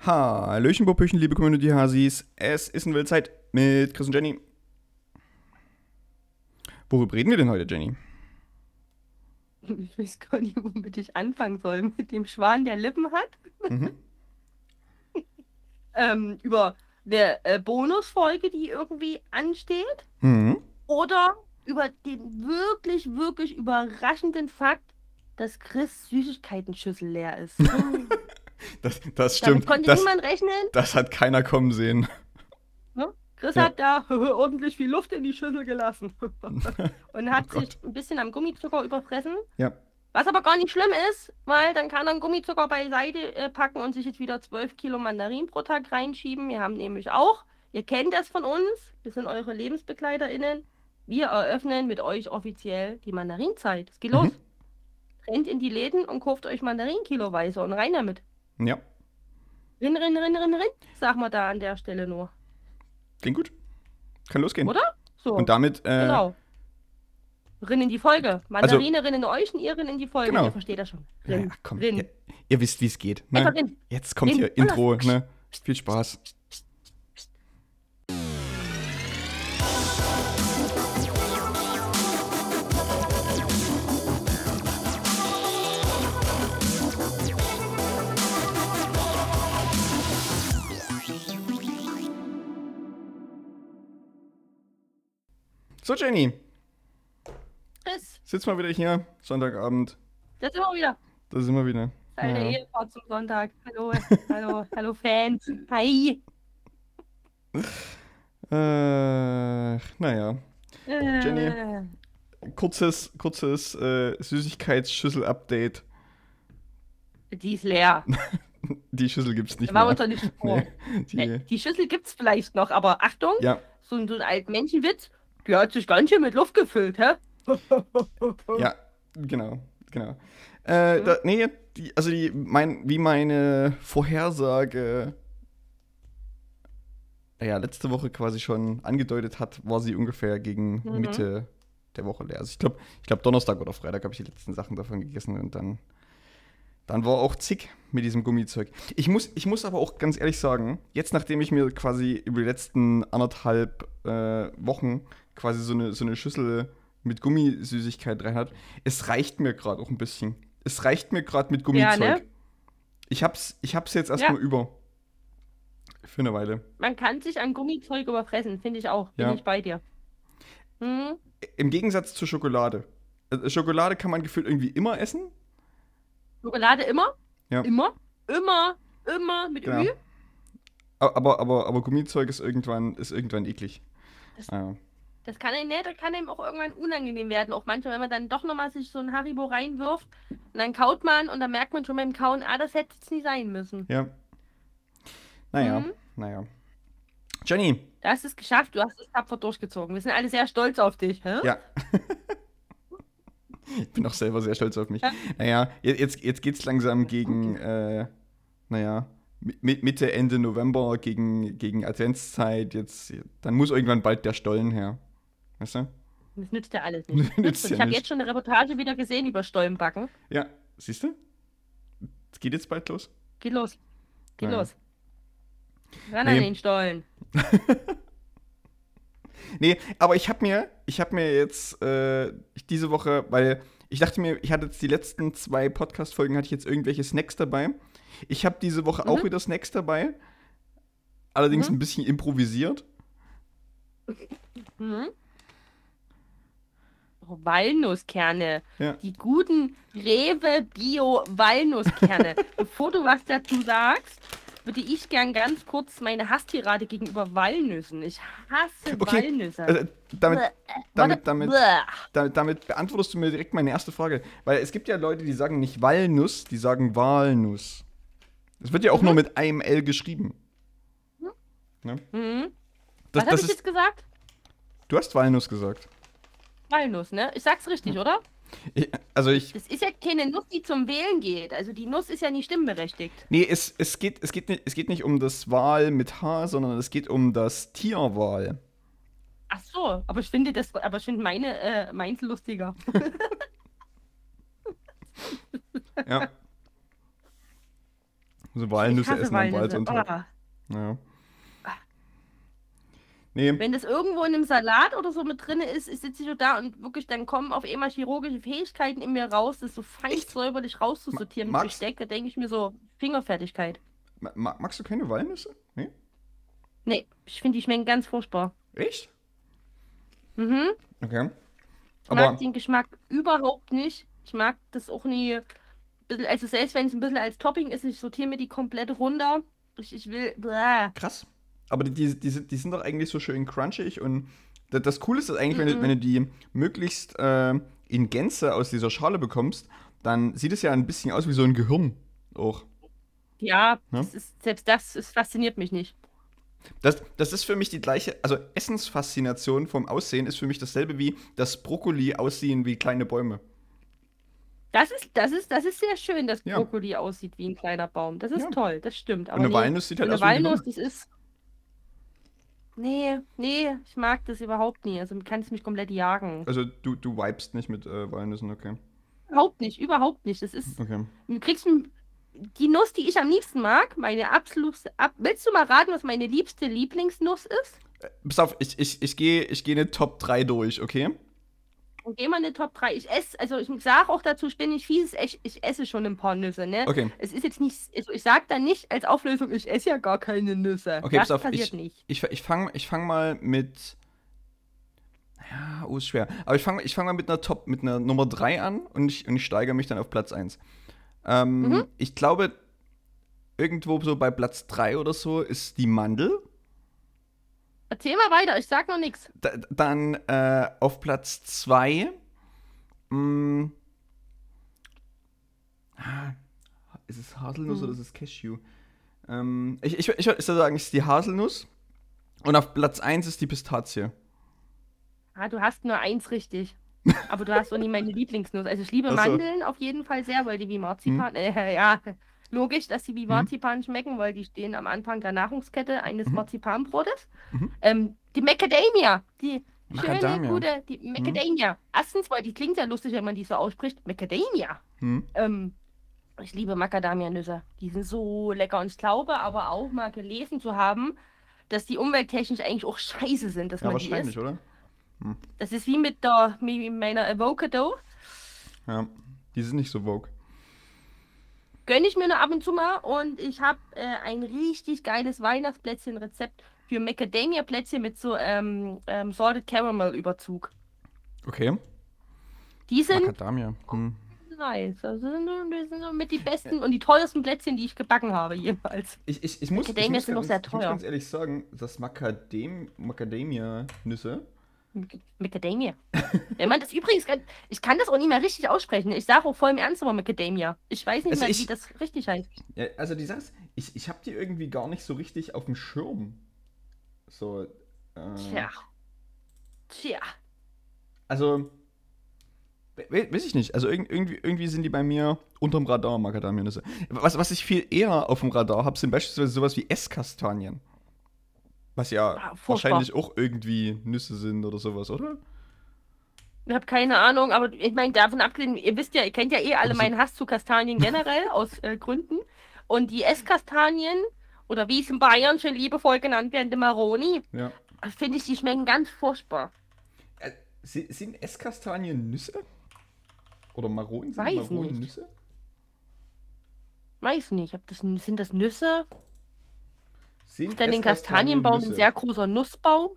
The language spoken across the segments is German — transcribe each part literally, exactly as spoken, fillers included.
Hallöchen, Popöchen, liebe Community-Hasis. Es ist eine wilde Zeit mit Chris und Jenny. Worüber reden wir denn heute, Jenny? Ich weiß gar nicht, womit ich anfangen soll. Mit dem Schwan, der Lippen hat. Mhm. ähm, über eine äh, Bonusfolge, die irgendwie ansteht. Mhm. Oder über den wirklich, wirklich überraschenden Fakt, dass Chris' Süßigkeitenschüssel leer ist. Das, das Damit stimmt. konnte Das, niemand rechnen. das hat keiner kommen sehen. Ne? Chris Ja. hat da ordentlich viel Luft in die Schüssel gelassen. Und hat Oh sich Gott. ein bisschen am Gummizucker überfressen. Ja. Was aber gar nicht schlimm ist, weil dann kann er einen Gummizucker beiseite äh, packen und sich jetzt wieder zwölf Kilo Mandarinen pro Tag reinschieben. Wir haben nämlich auch, ihr kennt das von uns, wir sind eure LebensbegleiterInnen. Wir eröffnen mit euch offiziell die Mandarinzeit. Es geht los. Mhm. Rennt in die Läden und kauft euch Mandarinen kiloweise und rein damit. Ja. Rin, rin, rin, rin, rin, sagen wir da an der Stelle nur. Klingt gut. Kann losgehen. Oder? So, Und damit, äh, genau. Rin in die Folge. Mandarine rin in euch und ihr rin in die Folge. Genau. Ihr versteht das schon. ja, Rin, ja, komm. rin. Ihr, ihr wisst, wie es geht. Einfach Ne? rin. Jetzt kommt Rin. hier Und Intro. los. Ne? Viel Spaß. So, Jenny. Chris, Sitz mal wieder hier. Sonntagabend. da sind wir wieder. Da sind wir wieder. Alte Ja. Ehefahrt zum Sonntag. Hallo, hallo, hallo Fans. Hi. Äh, naja. Äh, Jenny. Kurzes, kurzes äh, Süßigkeitsschüssel-Update. Die ist leer. Die Schüssel gibt's nicht Da machen wir mehr. uns doch nicht vor. Nee, Die, die, Schüssel gibt's vielleicht noch, aber Achtung, ja, so, ein- so ein alten Menschenwitz, die hat sich ganz schön mit Luft gefüllt, hä? ja, genau, genau. Äh, da, nee, die, also die, mein, wie meine Vorhersage ja, letzte Woche quasi schon angedeutet hat, war sie ungefähr gegen Mhm. Mitte der Woche leer. Also ich glaube, ich glaub, Donnerstag oder Freitag habe ich die letzten Sachen davon gegessen und dann, dann war auch zick mit diesem Gummizeug. Ich muss, ich muss aber auch ganz ehrlich sagen, jetzt nachdem ich mir quasi über die letzten anderthalb äh, Wochen quasi so eine, so eine Schüssel mit Gummisüßigkeit rein hat, es reicht mir gerade auch ein bisschen. Es reicht mir gerade mit Gummizeug. Ja, ne? Ich hab's, ich hab's jetzt erstmal Ja. über. Für eine Weile. Man kann sich an Gummizeug überfressen, finde ich auch. Bin Ja. ich bei dir. Hm? Im Gegensatz zur Schokolade. Also Schokolade kann man gefühlt irgendwie immer essen. Schokolade immer? Ja. Immer? Immer? Immer mit Genau. Ü? Aber, aber, aber Gummizeug ist irgendwann, ist irgendwann eklig. Das- Ja. Das kann einem, ne, das kann einem auch irgendwann unangenehm werden. Auch manchmal, wenn man dann doch nochmal sich so ein Haribo reinwirft und dann kaut man und dann merkt man schon beim Kauen, ah, das hätte jetzt nie sein müssen. ja. Naja, Mhm. naja. Jenny, Du hast es geschafft, du hast es tapfer durchgezogen. Wir sind alle sehr stolz auf dich. Hä? ja. Ich bin auch selber sehr stolz auf mich. Ja. Naja, je- jetzt, jetzt geht's langsam gegen, äh, naja, Mi- Mitte, Ende November, gegen, gegen Adventszeit. Jetzt, dann muss irgendwann bald der Stollen her. Weißt du? Das nützt ja alles nicht. Nützt Nützt. ja Ich habe nicht. jetzt schon eine Reportage wieder gesehen über Stollenbacken. Ja, siehst du? Es geht jetzt bald los. Geht los. Geht Ja. los. Ran Nee. an den Stollen. Nee, aber ich habe mir, ich habe mir jetzt äh, diese Woche, weil ich dachte mir, ich hatte jetzt die letzten zwei Podcast-Folgen, hatte ich jetzt irgendwelche Snacks dabei. Ich habe diese Woche auch Mhm. wieder Snacks dabei. Allerdings Mhm. ein bisschen improvisiert. Mhm. Oh, Walnusskerne. Ja. Die guten Rewe Bio Walnusskerne. Bevor du was dazu sagst, würde ich gern ganz kurz meine Hasstirade gegenüber Walnüssen. Ich hasse Okay, Walnüsse. Äh, damit, Bäh. damit, Warte. damit, Bäh. damit, damit beantwortest du mir direkt meine erste Frage. Weil es gibt ja Leute, die sagen nicht Walnuss, die sagen Walnuss. Das wird ja auch Mhm. nur mit einem L geschrieben. Ne? Mhm. Das, Was habe das ich ist, jetzt gesagt? du hast Walnuss gesagt. Walnuss, ne? Ich sag's richtig, oder? Ich, also ich, Das ist ja keine Nuss, die zum Wählen geht. Also die Nuss ist ja nicht stimmberechtigt. nee, es, es, geht, es, geht nicht, es geht nicht um das Wal mit H, sondern es geht um das Tierwal. Ach so, aber ich finde das, aber ich finde meine, äh, meins lustiger. Ja. So Ich, ich Walnüsse hasse essen am Walnüsse. Waldsonntag. Oh. Ja. Nee, Wenn das irgendwo in einem Salat oder so mit drin ist, ich sitze ich so da und wirklich, dann kommen auf einmal chirurgische Fähigkeiten in mir raus, das so fein echt? säuberlich Ma rauszusortieren mit magst, Besteck. Da denke ich mir so, Fingerfertigkeit. ma magst du keine Walnüsse? Nee? Nee, ich finde, die schmecken ganz furchtbar. Echt? Mhm. Okay. Ich mag Aber den Geschmack überhaupt nicht. Ich mag das auch nie. Bisschen- Also selbst wenn es ein bisschen als Topping ist, ich sortiere mir die komplett runter. Ich, ich will. Bläh. krass. Aber die, die, die, sind- die sind doch eigentlich so schön crunchig und das, das Coole ist das eigentlich, wenn du, wenn Mhm. du die möglichst äh, in Gänze aus dieser Schale bekommst, dann sieht es ja ein bisschen aus wie so ein Gehirn auch. Ja, Ne? das ist, selbst das ist, fasziniert mich nicht. Das, das ist für mich die gleiche, also Essensfaszination vom Aussehen ist für mich dasselbe wie das Brokkoli aussehen wie kleine Bäume. Das ist, das ist, das ist sehr schön, dass Ja, Brokkoli aussieht wie ein kleiner Baum. Das ja. ist toll, das stimmt. Und Aber eine nee, Walnuss sieht so halt eine aus wie ein Walnuss, Gehirn. das ist. Nee, nee, ich mag das überhaupt nie. Also kann es mich komplett jagen. Also du, du vibest nicht mit äh, Walnüssen, okay. Überhaupt nicht, überhaupt nicht. Das ist. Okay. Du kriegst m- die Nuss, die ich am liebsten mag, meine absolute. Ab, willst du mal raten, was meine liebste Lieblingsnuss ist? Pass auf, ich, ich, ich gehe ich geh eine Top drei durch, okay? Und geh mal in die Top drei. Ich esse, also ich sage auch dazu, ich bin nicht fies, ich, ich esse schon ein paar Nüsse, ne? Okay. Es ist jetzt nicht, also ich sage dann nicht als Auflösung, ich esse ja gar keine Nüsse. Okay, Das pass auf, passiert ich, nicht. ich, ich fange ich fang mal mit. Ja, oh, ist schwer. Aber ich fange ich fang mal mit einer Top, mit einer Nummer drei an und ich, und ich steigere mich dann auf Platz eins. Mhm. Ähm, ich glaube, irgendwo so bei Platz drei oder so ist die Mandel. Erzähl mal weiter, ich sag noch nichts. Da, dann äh, auf Platz zwei. Mh, ah, ist es Haselnuss oder Hm. ist es Cashew? Ähm, ich, ich, ich würde sagen, es ist die Haselnuss. Und auf Platz eins ist die Pistazie. Ah, du hast nur eins richtig. Aber du hast auch nie meine Lieblingsnuss. Also ich liebe Achso. Mandeln auf jeden Fall sehr, weil die wie Hm? Marzipan, äh, ja, logisch, dass die wie Hm? Marzipan schmecken, weil die stehen am Anfang der Nahrungskette eines Mhm. Marzipanbrotes. Mhm. Ähm, die Macadamia, die schöne, Macadamia. gute, die Hm? Macadamia. Erstens, weil die klingt ja lustig, wenn man die so ausspricht. Macadamia. Hm? Ähm, ich liebe Macadamia-Nüsse. Die sind so lecker und ich glaube aber auch mal gelesen zu haben, dass die umwelttechnisch eigentlich auch scheiße sind, dass Ja, man die wahrscheinlich, isst. oder? Hm. Das ist wie mit der, wie mit meiner Avocado. Ja, die sind nicht so vogue. Gönne ich mir nur ab und zu mal und ich habe äh, ein richtig geiles Weihnachtsplätzchen-Rezept für Macadamia-Plätzchen mit so ähm, ähm, Salted Caramel-Überzug. Okay. Die sind Macadamia. Hm. nice. Das sind, die sind so mit die besten und die teuersten Plätzchen, die ich gebacken habe, jemals. Ich, ich, ich, muss, ich, Macadamia muss sind noch ganz, sehr ich muss teuer. ganz ehrlich sagen, dass Macadam Macadamia-Nüsse. Macadamia. Wenn man das übrigens, kann- ich kann das auch nicht mehr richtig aussprechen. Ich sage auch voll im Ernst aber Macadamia. Ich weiß nicht Also mehr, wie ich, das richtig heißt. ja, also die Sache ist, ich, ich habe die irgendwie gar nicht so richtig auf dem Schirm. So, äh, Tja, tja. also, we- weiß ich nicht. Also irg- irgendwie, irgendwie sind die bei mir unterm Radar, Macadamia-Nüsse. Was, was ich viel eher auf dem Radar habe, sind beispielsweise sowas wie Esskastanien. Was ja Ah, furchtbar. wahrscheinlich auch irgendwie Nüsse sind oder sowas, oder? Ich habe keine Ahnung, aber ich meine, davon abgesehen, ihr wisst ja, ihr kennt ja eh alle Oder so. meinen Hass zu Kastanien generell aus äh, Gründen. Und die Esskastanien, oder wie es in Bayern schon liebevoll genannt werden, die Maroni, Ja. finde ich, die schmecken ganz furchtbar. Äh, si- sind Esskastanien Nüsse? Oder Maronen? Sind Weiß Maronen nicht. Nüsse? Weiß nicht, ob das, sind das Nüsse? Sind Ist denn den Esskastanien Kastanienbaum ein Nüsse? sehr großer Nussbaum?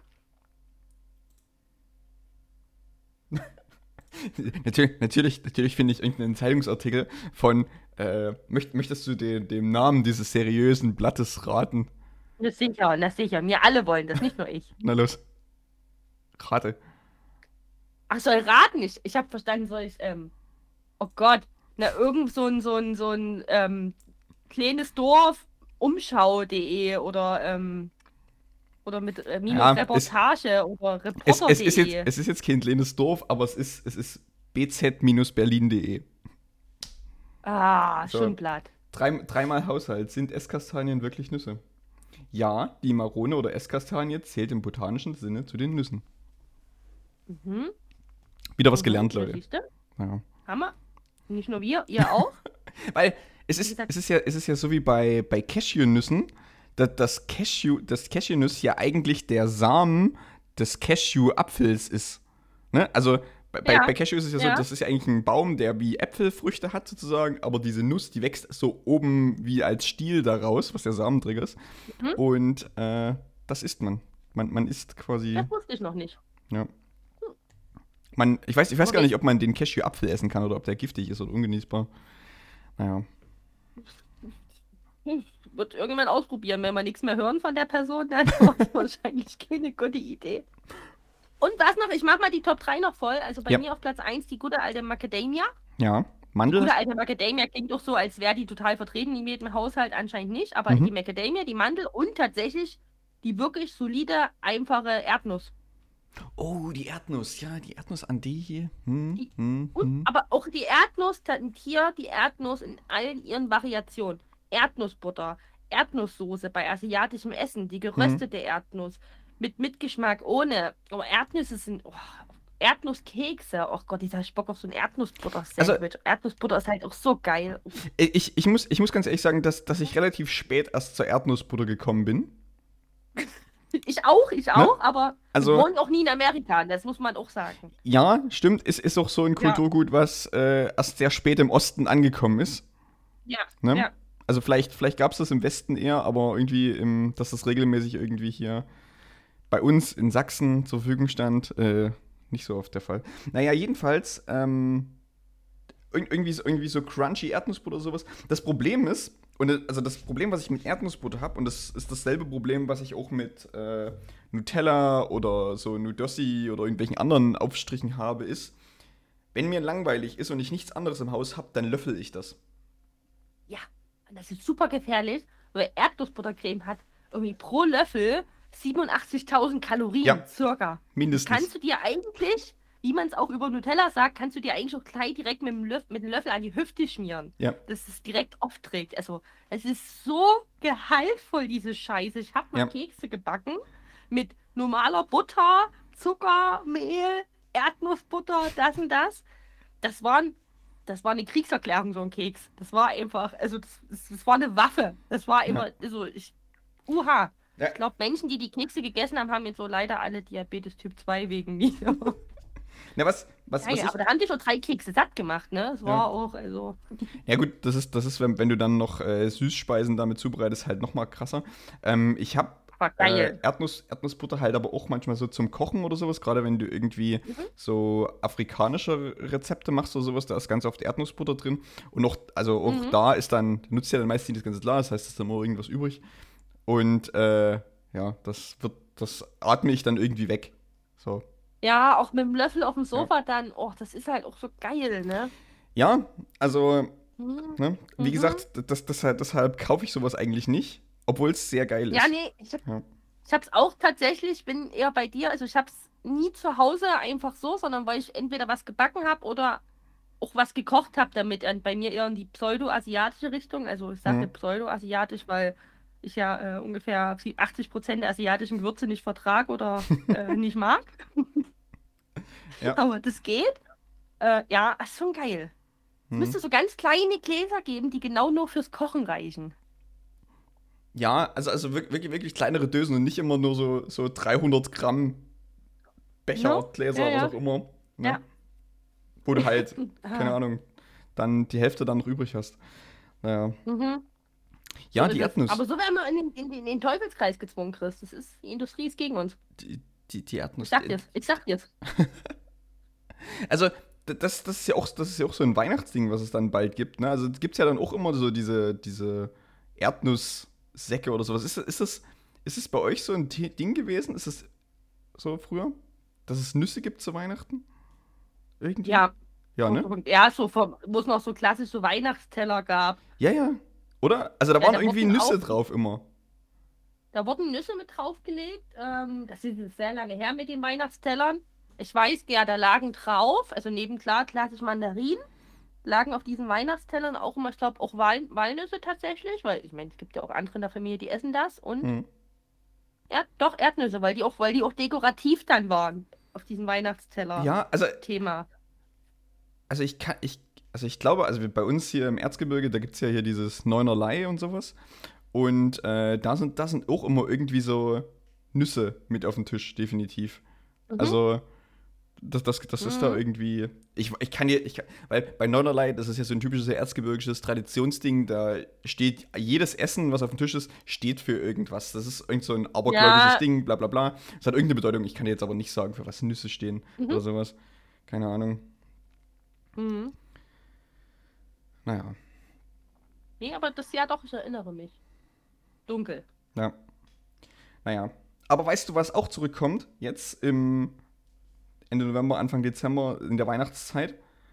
Natürlich, natürlich, natürlich finde ich irgendeinen Zeitungsartikel von, äh, möcht, möchtest du den, dem Namen dieses seriösen Blattes raten? Na sicher, na sicher. Wir alle wollen das, nicht nur ich. Na los, rate. Ach, soll raten? Ich, ich habe verstanden, soll ich, ähm, oh Gott, na, irgend so ein, so ein, so ein, ähm, kleines Dorf, umschau punkt de oder, ähm, oder mit äh, minus Ja, es, Reportage oder es, es, ist jetzt, reporter punkt de. es ist jetzt kein kleines Dorf, aber es ist, es ist b z berlin punkt de. Ah, So, schon blatt. drei, dreimal Haushalt. Sind Esskastanien wirklich Nüsse? Ja, die Marone oder Esskastanie zählt im botanischen Sinne zu den Nüssen. Mhm, Wieder was mhm, gelernt, ja, Leute. siehste? Ja. Hammer. Nicht nur wir, ihr auch. Weil es Wie ist, gesagt, es ist ja, es ist ja so wie bei, bei Cashewnüssen, dass das Cashew, das Cashewnuss ja eigentlich der Samen des Cashew-Apfels ist. Ne? Also bei, bei, ja, bei Cashew ist es ja so, ja. das ist ja eigentlich ein Baum, der wie Äpfelfrüchte hat sozusagen, aber diese Nuss, die wächst so oben wie als Stiel daraus, was der Samenträger ist. Mhm. Und äh, das isst man. Man, man isst quasi, Das wusste ich noch nicht. ja. Man, ich weiß, ich weiß Aber gar nicht, welch- ob man den Cashew-Apfel essen kann oder ob der giftig ist oder ungenießbar. Naja. Hm, wird irgendwann ausprobieren, wenn wir nichts mehr hören von der Person, dann war es wahrscheinlich keine gute Idee. Und was noch? Ich mache mal die Top drei noch voll. Also bei Ja. mir auf Platz eins die gute alte Macadamia. Ja. Die Mandel. gute alte Macadamia klingt doch so, als wäre die total vertreten in jedem Haushalt, anscheinend nicht. Aber Mhm. die Macadamia, die Mandel und tatsächlich die wirklich solide, einfache Erdnuss. Oh, die Erdnuss. Ja, die Erdnuss an die hier. Hm, Die, hm, und, hm. aber auch die Erdnuss, dann hier die Erdnuss in allen ihren Variationen. Erdnussbutter, Erdnusssoße bei asiatischem Essen, die geröstete Erdnuss mit Mitgeschmack ohne. Aber Erdnüsse sind. Oh, Erdnusskekse. Oh Gott, dieser Bock auf so ein Erdnussbutter-Sandwich. Erdnussbutter ist halt auch so geil. Ich, ich, muss, ich muss ganz ehrlich sagen, dass, dass ich relativ spät erst zur Erdnussbutter gekommen bin. Ich auch, ich auch, aber Also- wir wohnen auch nie in Amerika, das muss man auch sagen. Ja, stimmt. Es ist auch so ein Kulturgut, was äh, erst sehr spät im Osten angekommen ist. Ja, Ne? ja. Also vielleicht, vielleicht gab es das im Westen eher, aber irgendwie, im, dass das regelmäßig irgendwie hier bei uns in Sachsen zur Verfügung stand, äh, nicht so oft der Fall. Naja, jedenfalls, ähm, irg- irgendwie, so- irgendwie so crunchy Erdnussbutter oder sowas. Das Problem ist, und äh, also das Problem, was ich mit Erdnussbutter habe, und das ist dasselbe Problem, was ich auch mit äh, Nutella oder so Nudossi oder irgendwelchen anderen Aufstrichen habe, ist, wenn mir langweilig ist und ich nichts anderes im Haus habe, dann löffel ich das. Ja, und das ist super gefährlich, weil Erdnussbuttercreme hat irgendwie pro Löffel siebenundachtzigtausend Kalorien Ja. circa. Mindestens. Kannst du dir eigentlich, wie man es auch über Nutella sagt, kannst du dir eigentlich auch gleich direkt mit dem, Löff mit dem Löffel an die Hüfte schmieren, Ja. dass es direkt aufträgt. Also, es ist so gehaltvoll, diese Scheiße. Ich habe mal Ja. Kekse gebacken mit normaler Butter, Zucker, Mehl, Erdnussbutter, das und das. Das waren, das war eine Kriegserklärung, so ein Keks. Das war einfach, also das, das, das war eine Waffe. Das war immer, also ich, uha. Ja. Ich glaube, Menschen, die die Kekse gegessen haben, haben jetzt so leider alle Diabetes Typ zwei wegen mir. Na, was, was, Ja, was ja, ich, aber da haben die schon drei Kekse satt gemacht, ne? Das war Ja. auch, also. ja gut, das ist, das ist wenn, wenn du dann noch äh, Süßspeisen damit zubereitest, halt noch mal krasser. Ähm, ich habe War äh, geil. Erdnuss, Erdnussbutter halt aber auch manchmal so zum Kochen oder sowas, gerade wenn du irgendwie Mhm. so afrikanische Rezepte machst oder sowas, da ist ganz oft Erdnussbutter drin. Und auch, also auch Mhm. da ist dann, nutzt ja dann meistens das ganze Glas, das heißt, es ist dann immer irgendwas übrig. Und äh, ja, das wird, das atme ich dann irgendwie weg. So. Ja, auch mit dem Löffel auf dem Sofa dann, oh, das ist halt auch so geil, ne? Ja, also Mhm. Ne? Wie Mhm. gesagt, das, das, halt- deshalb kaufe ich sowas eigentlich nicht, obwohl es sehr geil ist. Ja, nee, ich, hab, Ja. ich hab's auch tatsächlich, bin eher bei dir, also ich hab's nie zu Hause einfach so, sondern weil ich entweder was gebacken habe oder auch was gekocht habe damit. Und bei mir eher in die pseudo-asiatische Richtung. Also ich sage Mhm. pseudo-asiatisch, weil ich ja äh, ungefähr achtzig Prozent der asiatischen Gewürze nicht vertrage oder äh, nicht mag. Ja. Aber das geht. Äh, ja, ist schon geil. Es Mhm. müsste so ganz kleine Gläser geben, die genau nur fürs Kochen reichen. Ja, also, also wirklich, wirklich, wirklich kleinere Dösen und nicht immer nur so, so dreihundert Gramm Becher, No? Gläser, Ja, ja. was auch immer. Ne? Ja. Wo du halt, keine Ah. Ahnung, dann die Hälfte dann noch übrig hast. Naja. Mhm. Ja, So die ist es. Erdnuss. Aber so werden wir in den, in, den, in den Teufelskreis gezwungen, Chris. Das ist, die Industrie ist gegen uns. Die, die, die Erdnuss. Ich sag dir's. Ich sag dir's. Also, d- das, das, ist ja auch, das ist ja auch so ein Weihnachtsding, was es dann bald gibt. Ne? Also, es gibt ja dann auch immer so diese, diese Erdnusssäcke oder sowas. Ist, das- ist, das, ist das bei euch so ein T- Ding gewesen? Ist das so früher? Dass es Nüsse gibt zu Weihnachten? Irgendwie? Ja. Ja, ne? Ja, so vom, wo es noch so klassisch so Weihnachtsteller gab. Ja, ja. Oder? Also, da Ja, waren da irgendwie wurden Nüsse auch- drauf immer. Da wurden Nüsse mit draufgelegt. Ähm, das ist jetzt sehr lange her mit den Weihnachtstellern. Ich weiß, ja, da lagen drauf, also neben klar klassisch Mandarinen, lagen auf diesen Weihnachtstellern auch immer, ich glaube, auch Wal Walnüsse tatsächlich, weil ich meine, es gibt ja auch andere in der Familie, die essen das. Und Mhm. ja, doch Erdnüsse, weil die auch, weil die auch dekorativ dann waren auf diesem Weihnachtsteller-Thema. Ja, also, also ich kann, ich, also ich glaube, also bei uns hier im Erzgebirge, da gibt es ja hier dieses Neunerlei und sowas. Und äh, da, sind, da sind auch immer irgendwie so Nüsse mit auf dem Tisch, definitiv. Mhm. Also, das, das, das ist da Mhm. irgendwie. Ich, ich kann hier, ich kann, weil bei Neunerlei, das ist ja so ein typisches erzgebirgisches Traditionsding, da steht jedes Essen, was auf dem Tisch ist, steht für irgendwas. Das ist irgend so ein abergläubisches Ja. Ding, bla bla bla. Das hat irgendeine Bedeutung. Ich kann dir jetzt aber nicht sagen, für was Nüsse stehen oder Mhm. sowas. Keine Ahnung. Mhm. Naja, Nee, aber das ja doch, ich erinnere mich. Dunkel. ja. Naja. Aber weißt du, was auch zurückkommt? Jetzt im Ende November, Anfang Dezember, in der Weihnachtszeit?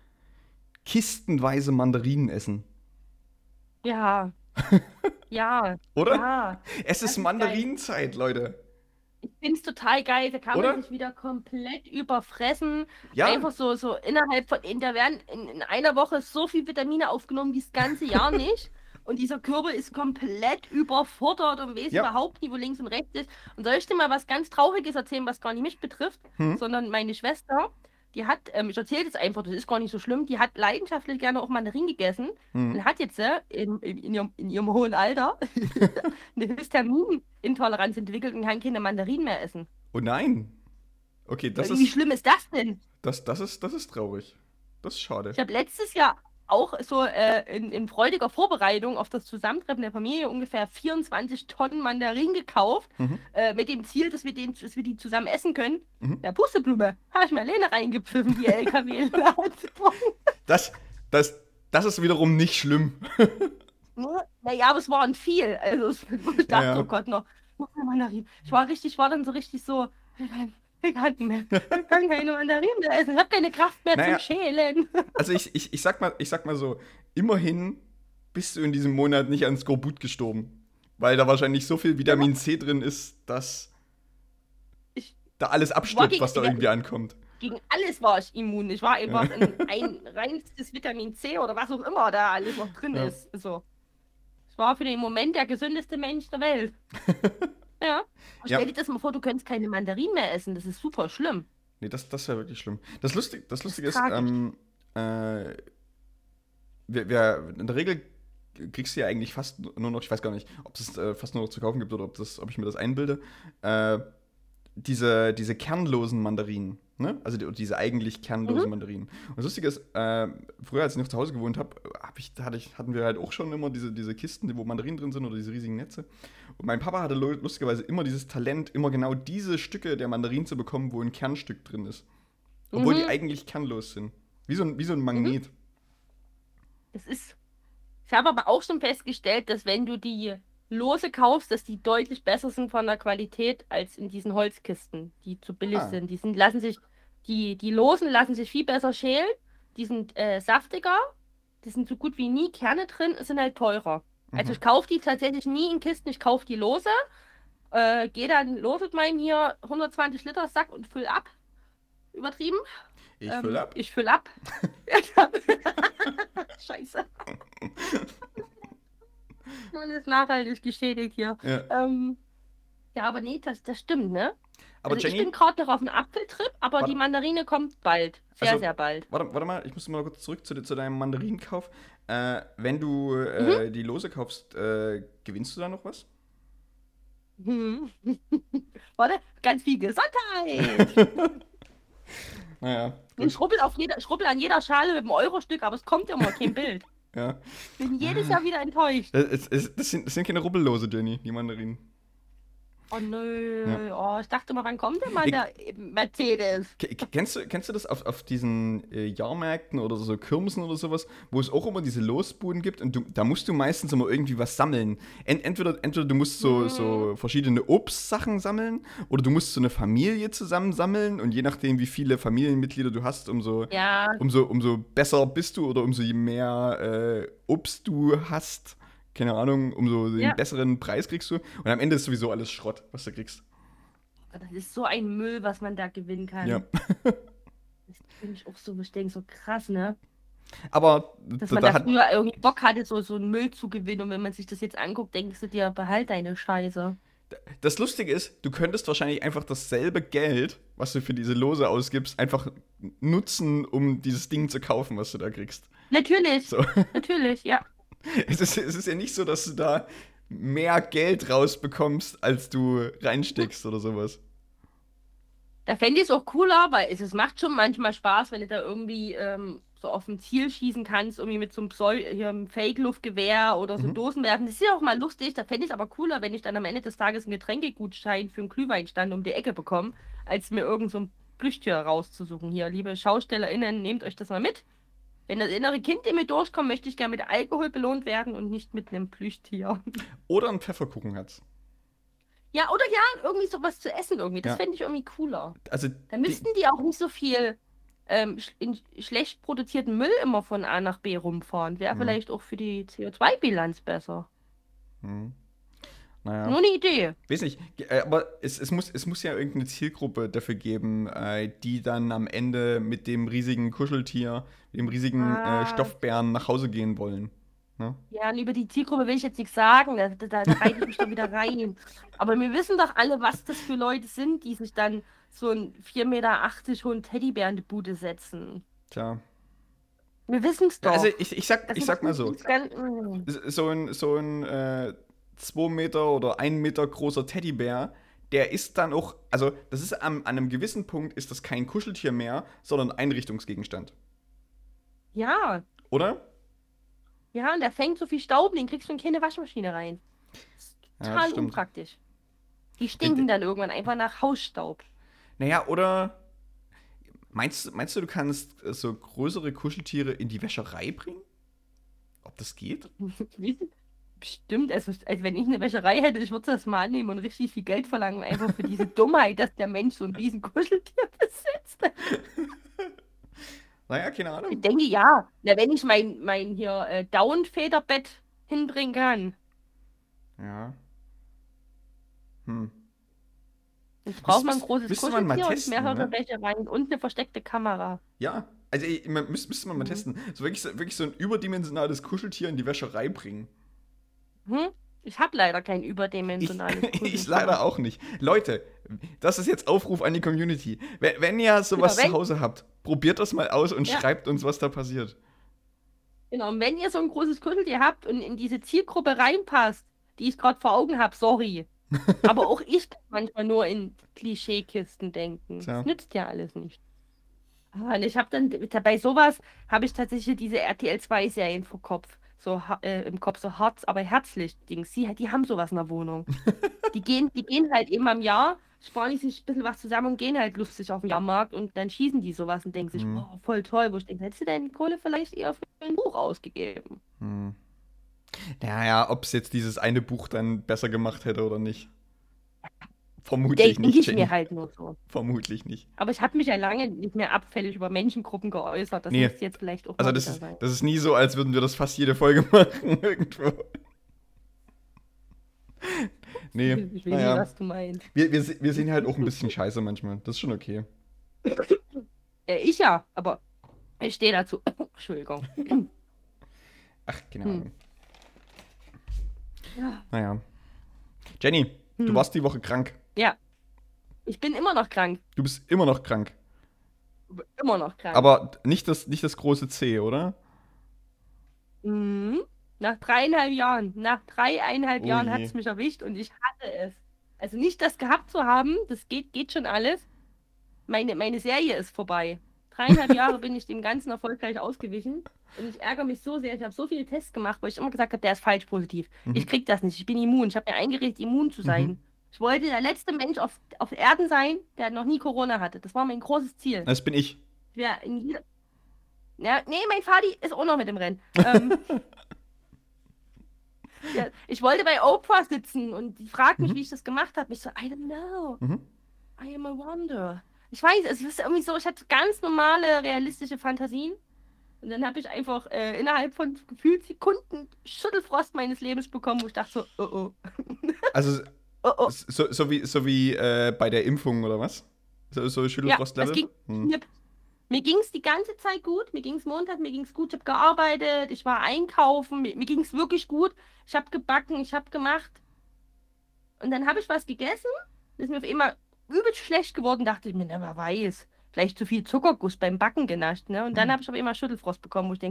Kistenweise Mandarinen essen. Ja. Ja. Oder? Ja. Es Das ist ist geil. Mandarinenzeit, Leute. Ich finde es total geil. Da kann man Oder? sich wieder komplett überfressen. Ja, Einfach so, so innerhalb von, in, da werden in, in einer Woche so viel Vitamine aufgenommen wie das ganze Jahr nicht. Und dieser Körper ist komplett überfordert und weiß ja. überhaupt nicht, wo links und rechts ist. Und soll ich dir mal was ganz Trauriges erzählen, was gar nicht mich betrifft, Hm, sondern meine Schwester, die hat, ähm, ich erzähle das einfach, das ist gar nicht so schlimm, die hat leidenschaftlich gerne auch Mandarinen gegessen hm. und hat jetzt äh, in, in, in, ihrem, in ihrem hohen Alter eine Histaminintoleranz entwickelt und kann keine Mandarinen mehr essen. Oh nein. Okay, Ja, das wie ist, schlimm ist das denn? das, das ist, das ist traurig. Das ist schade. Ich habe letztes Jahr auch so äh, in, in freudiger Vorbereitung auf das Zusammentreffen der Familie ungefähr vierundzwanzig Tonnen Mandarinen gekauft, Mhm, äh, mit dem Ziel, dass wir, den, dass wir die zusammen essen können. mhm. Der Pusteblume, habe ich mir alleine reingepfiffen, die L K W-Ladung. Das, das, das ist wiederum nicht schlimm. Naja, aber es waren viel. Also es- ich Ja, dachte, oh ja. Gott, noch, noch mehr Mandarinen. Ich war richtig, ich war dann so richtig so, ich kann, ich kann nicht mehr. Ich kann keine Mandarinen mehr essen. Ich habe keine Kraft mehr zum Naja, Schälen. also ich, ich, ich, sag mal, ich sag mal so, immerhin bist du in diesem Monat nicht an Skorbut gestorben. Weil da wahrscheinlich so viel Ja, Vitamin C drin ist, dass ich da alles ich war abstirbt, gegen, was da irgendwie ankommt. gegen alles war ich immun. Ich war Ja. einfach ein, ein reinstes Vitamin C oder was auch immer da alles noch drin Ja. ist. So. Ich war für den Moment der gesündeste Mensch der Welt. Ja. Aber Ja. stell dir das mal vor, du könntest keine Mandarinen mehr essen. Das ist super schlimm. Nee, das, das wäre wirklich schlimm. Das, Lustig, das Das ist Lustige ist, tragisch. ähm, äh, wir, wir, in der Regel kriegst du ja eigentlich fast nur noch, ich weiß gar nicht, ob es äh, fast nur noch zu kaufen gibt oder ob, das, ob ich mir das einbilde, äh, diese, diese kernlosen Mandarinen. Ne? Also die, diese eigentlich kernlosen Mhm. Mandarinen. Und das Lustige ist, äh, früher, als ich noch zu Hause gewohnt habe, hab ich, hatte ich, hatten wir halt auch schon immer diese, diese Kisten, wo Mandarinen drin sind oder diese riesigen Netze. Und mein Papa hatte lu- lustigerweise immer dieses Talent, immer genau diese Stücke der Mandarinen zu bekommen, wo ein Kernstück drin ist. Obwohl die Mhm. eigentlich kernlos sind. Wie so ein, wie so ein Mhm. Magnet. Das ist. Ich habe aber auch schon festgestellt, dass wenn du die Lose kaufst, dass die deutlich besser sind von der Qualität als in diesen Holzkisten, die zu billig Ah. sind. Die sind, lassen sich, die, die Losen lassen sich viel besser schälen, die sind äh, saftiger, die sind so gut wie nie Kerne drin, sind halt teurer. Also Mhm. ich kaufe die tatsächlich nie in Kisten, ich kaufe die lose, äh, gehe dann los mit meinem hier hundertzwanzig Liter Sack und füll ab. Übertrieben. Ich Ähm, füll ab. Ich füll ab. Scheiße. Man ist nachhaltig geschädigt hier. Ja. Ähm, ja, aber nee, das, das stimmt, ne? Aber Also ich Jenny, bin gerade noch auf einem Apfeltrip, aber warte, die Mandarine kommt bald. Sehr, also, sehr bald. warte, warte mal, ich muss mal kurz zurück zu, zu deinem Mandarinenkauf. Äh, wenn du Mhm. äh, die Lose kaufst, äh, gewinnst du da noch was? Hm. Warte, ganz viel Gesundheit. Naja, Ich gut. schrubbel, auf jeder, schrubbel an jeder Schale mit einem Euro-Stück, aber es kommt immer kein Bild. Ja. Bin jedes Jahr wieder enttäuscht. Das, es- es- das, sind, das sind keine Rubbellose, Jenny, die Mandarinen. Oh nö, Ja. oh, ich dachte mal, wann kommt denn mal Ich, der Mercedes? Ke- ke- Kennst du, kennst du das auf, auf diesen äh, Jahrmärkten oder so Kirmesen oder sowas, wo es auch immer diese Losbuden gibt und du, da musst du meistens immer irgendwie was sammeln. Ent, entweder, entweder du musst so, Mhm. so verschiedene Obstsachen sammeln oder du musst so eine Familie zusammen sammeln und je nachdem, wie viele Familienmitglieder du hast, umso, Ja, umso, umso besser bist du oder umso mehr äh, Obst du hast, keine Ahnung, umso den ja. besseren Preis kriegst du. Und am Ende ist sowieso alles Schrott, was du kriegst. Das ist so ein Müll, was man da gewinnen kann. Ja. Das finde ich auch so, ich denke so krass, ne? Aber Dass da, man da da hat, früher irgendwie Bock hatte, so, so einen Müll zu gewinnen. Und wenn man sich das jetzt anguckt, denkst du dir, behalt deine Scheiße. das Lustige ist, du könntest wahrscheinlich einfach dasselbe Geld, was du für diese Lose ausgibst, einfach nutzen, um dieses Ding zu kaufen, was du da kriegst. Natürlich, So. natürlich, ja. Es ist, es ist ja nicht so, dass du da mehr Geld rausbekommst, als du reinsteckst oder sowas. Da fände ich es auch cooler, weil es, es macht schon manchmal Spaß, wenn du da irgendwie ähm, so auf ein Ziel schießen kannst, irgendwie mit so einem, Pseu hier einem Fake-Luftgewehr oder so Mhm. Dosen werfen. Das ist ja auch mal lustig. Da fände ich es aber cooler, wenn ich dann am Ende des Tages einen Getränkegutschein für einen Glühweinstand um die Ecke bekomme, als mir irgend so ein Plüschtier rauszusuchen. Hier, liebe SchaustellerInnen, nehmt euch das mal mit. Wenn das innere Kind in mir durchkommt, möchte ich gerne mit Alkohol belohnt werden und nicht mit einem Plüschtier. Oder ein Pfefferkuchenherz. Ja, oder ja, irgendwie sowas zu essen irgendwie. Das Ja. fände ich irgendwie cooler. Also, Da die, müssten die auch nicht so viel ähm, sch- in schlecht produzierten Müll immer von A nach B rumfahren. Wäre hm, vielleicht auch für die C O zwei Bilanz besser. hm, naja. Nur eine Idee. Weiß nicht, äh, aber es, es, muss, es muss ja irgendeine Zielgruppe dafür geben, äh, die dann am Ende mit dem riesigen Kuscheltier, dem riesigen äh, Ah, Stoffbären nach Hause gehen wollen. Ne? ja, und über die Zielgruppe will ich jetzt nichts sagen. Da, da, da reite ich mich doch wieder rein. Aber wir wissen doch alle, was das für Leute sind, die sich dann so einen vier Meter achtzig hohen Teddybär in die Bude setzen. Tja. Wir wissen es Ja, also doch. ich, ich, sag, Das ich sind doch sag mal die, die so, es ganz. Mm. so ein, so ein äh, zwei Meter oder ein Meter großer Teddybär, der ist dann auch, also das ist am, an einem gewissen Punkt ist das kein Kuscheltier mehr, sondern ein Einrichtungsgegenstand. Ja, Oder? ja, und der fängt so viel Staub, den kriegst du in keine Waschmaschine rein. Das ist Ja, das total stimmt. unpraktisch. Die stinken dann irgendwann einfach nach Hausstaub. Naja, oder meinst, meinst du, du kannst äh, so größere Kuscheltiere in die Wäscherei bringen? Ob das geht? Wie- Bestimmt, also, also wenn ich eine Wäscherei hätte, ich würde das mal annehmen und richtig viel Geld verlangen, einfach für diese Dummheit, dass der Mensch so ein riesen Kuscheltier besitzt. Naja, keine Ich Ahnung. denke ja. Na, wenn ich mein, mein hier äh, Down-Federbett hinbringen kann. Ja. Hm. Jetzt braucht Müsste, man ein müsste, großes müsste man mal Kuscheltier und testen, mehrere ne? Wäschereien und eine versteckte Kamera. Ja. Also ey, man, müsste, müsste man mal Mhm. testen. So wirklich, so- wirklich so ein überdimensionales Kuscheltier in die Wäscherei bringen. Hm? Ich habe leider kein Ich, überdimensionales ich Kuscheltier. leider auch nicht. Leute, das ist jetzt Aufruf an die Community. Wenn, wenn ihr Genau, sowas zu wenn, Hause habt, probiert das mal aus und ja, schreibt uns, was da passiert. genau. Und wenn ihr so ein großes Kuscheltier habt und in diese Zielgruppe reinpasst, die ich gerade vor Augen habe, sorry. Aber auch ich kann manchmal nur in Klischeekisten denken. Das Tja. nützt ja alles nicht. Ah, und ich habe dann, bei sowas habe ich tatsächlich diese R T L zwei Serien vor Kopf. So ha- äh, im Kopf, so Herz, aber herzlich Dings. Die, die haben sowas in der Wohnung. Die gehen, die gehen halt eben am Jahr, sparen die sich ein bisschen was zusammen und gehen halt lustig auf den Jahrmarkt und dann schießen die sowas und denken sich, Hm, oh, voll toll. Wo ich denke, hättest du deine Kohle vielleicht eher für ein Buch ausgegeben? hm. Naja, ob es jetzt dieses eine Buch dann besser gemacht hätte oder nicht. Vermutlich Denke nicht, ich mir Jenny. halt nur so. Vermutlich nicht. Aber ich habe mich ja lange nicht mehr abfällig über Menschengruppen geäußert. Das Nee, müsste jetzt vielleicht auch also mal das wieder ist, sein. das ist nie so, als würden wir das fast jede Folge machen irgendwo. Nee, Ich weiß nicht, naja. was du meinst. Wir, wir, se- wir sehen halt auch ein bisschen scheiße manchmal. Das ist schon okay. Ja, ich ja, aber ich stehe dazu. Entschuldigung. Ach, keine Hm. Ahnung. Ja. Naja. Jenny, du Hm. warst die Woche krank. Ja, ich bin immer noch krank. Du bist immer noch krank. Immer noch krank. Aber nicht das, nicht das große C, oder? Mhm. Nach dreieinhalb Jahren, nach dreieinhalb Oh Jahren hat je. es mich erwischt und ich hatte es. Also nicht das gehabt zu haben, das geht, geht schon alles. Meine, meine Serie ist vorbei. Dreieinhalb Jahre bin ich dem Ganzen erfolgreich ausgewichen und ich ärgere mich so sehr. Ich habe so viele Tests gemacht, wo ich immer gesagt habe, der ist falsch positiv. Ich Mhm. krieg das nicht, ich bin immun. Ich habe mir eingeredet, immun zu Mhm. sein. Ich wollte der letzte Mensch auf, auf Erden sein, der noch nie Corona hatte. Das war mein großes Ziel. Das bin ich. Ich wär in jeder... Ja, nee, mein Vati ist auch noch mit im Rennen. Ähm, ja, ich wollte bei Oprah sitzen und die fragt mich, Mhm. wie ich das gemacht habe. Ich so, I don't know. Mhm. I am a wonder. Ich weiß, es ist irgendwie so, ich hatte ganz normale, realistische Fantasien. Und dann habe ich einfach äh, innerhalb von gefühlt Sekunden Schüttelfrost meines Lebens bekommen, wo ich dachte so, oh oh, Also oh oh. so, so wie, so wie äh, bei der Impfung oder was? So, so Ja, das Schüttelfrostlevel? ging Hm. mir, mir ging es die ganze Zeit gut. Mir ging es Montag, mir ging es gut. Ich habe gearbeitet, ich war einkaufen, mir, mir ging es wirklich gut. Ich habe gebacken, ich habe gemacht. Und dann habe ich was gegessen, ist mir auf einmal übelst schlecht geworden, dachte ich mir, na, wer weiß, vielleicht zu viel Zuckerguss beim Backen genascht, ne? Und dann Hm. habe ich auf einmal Schüttelfrost bekommen, wo ich denke so,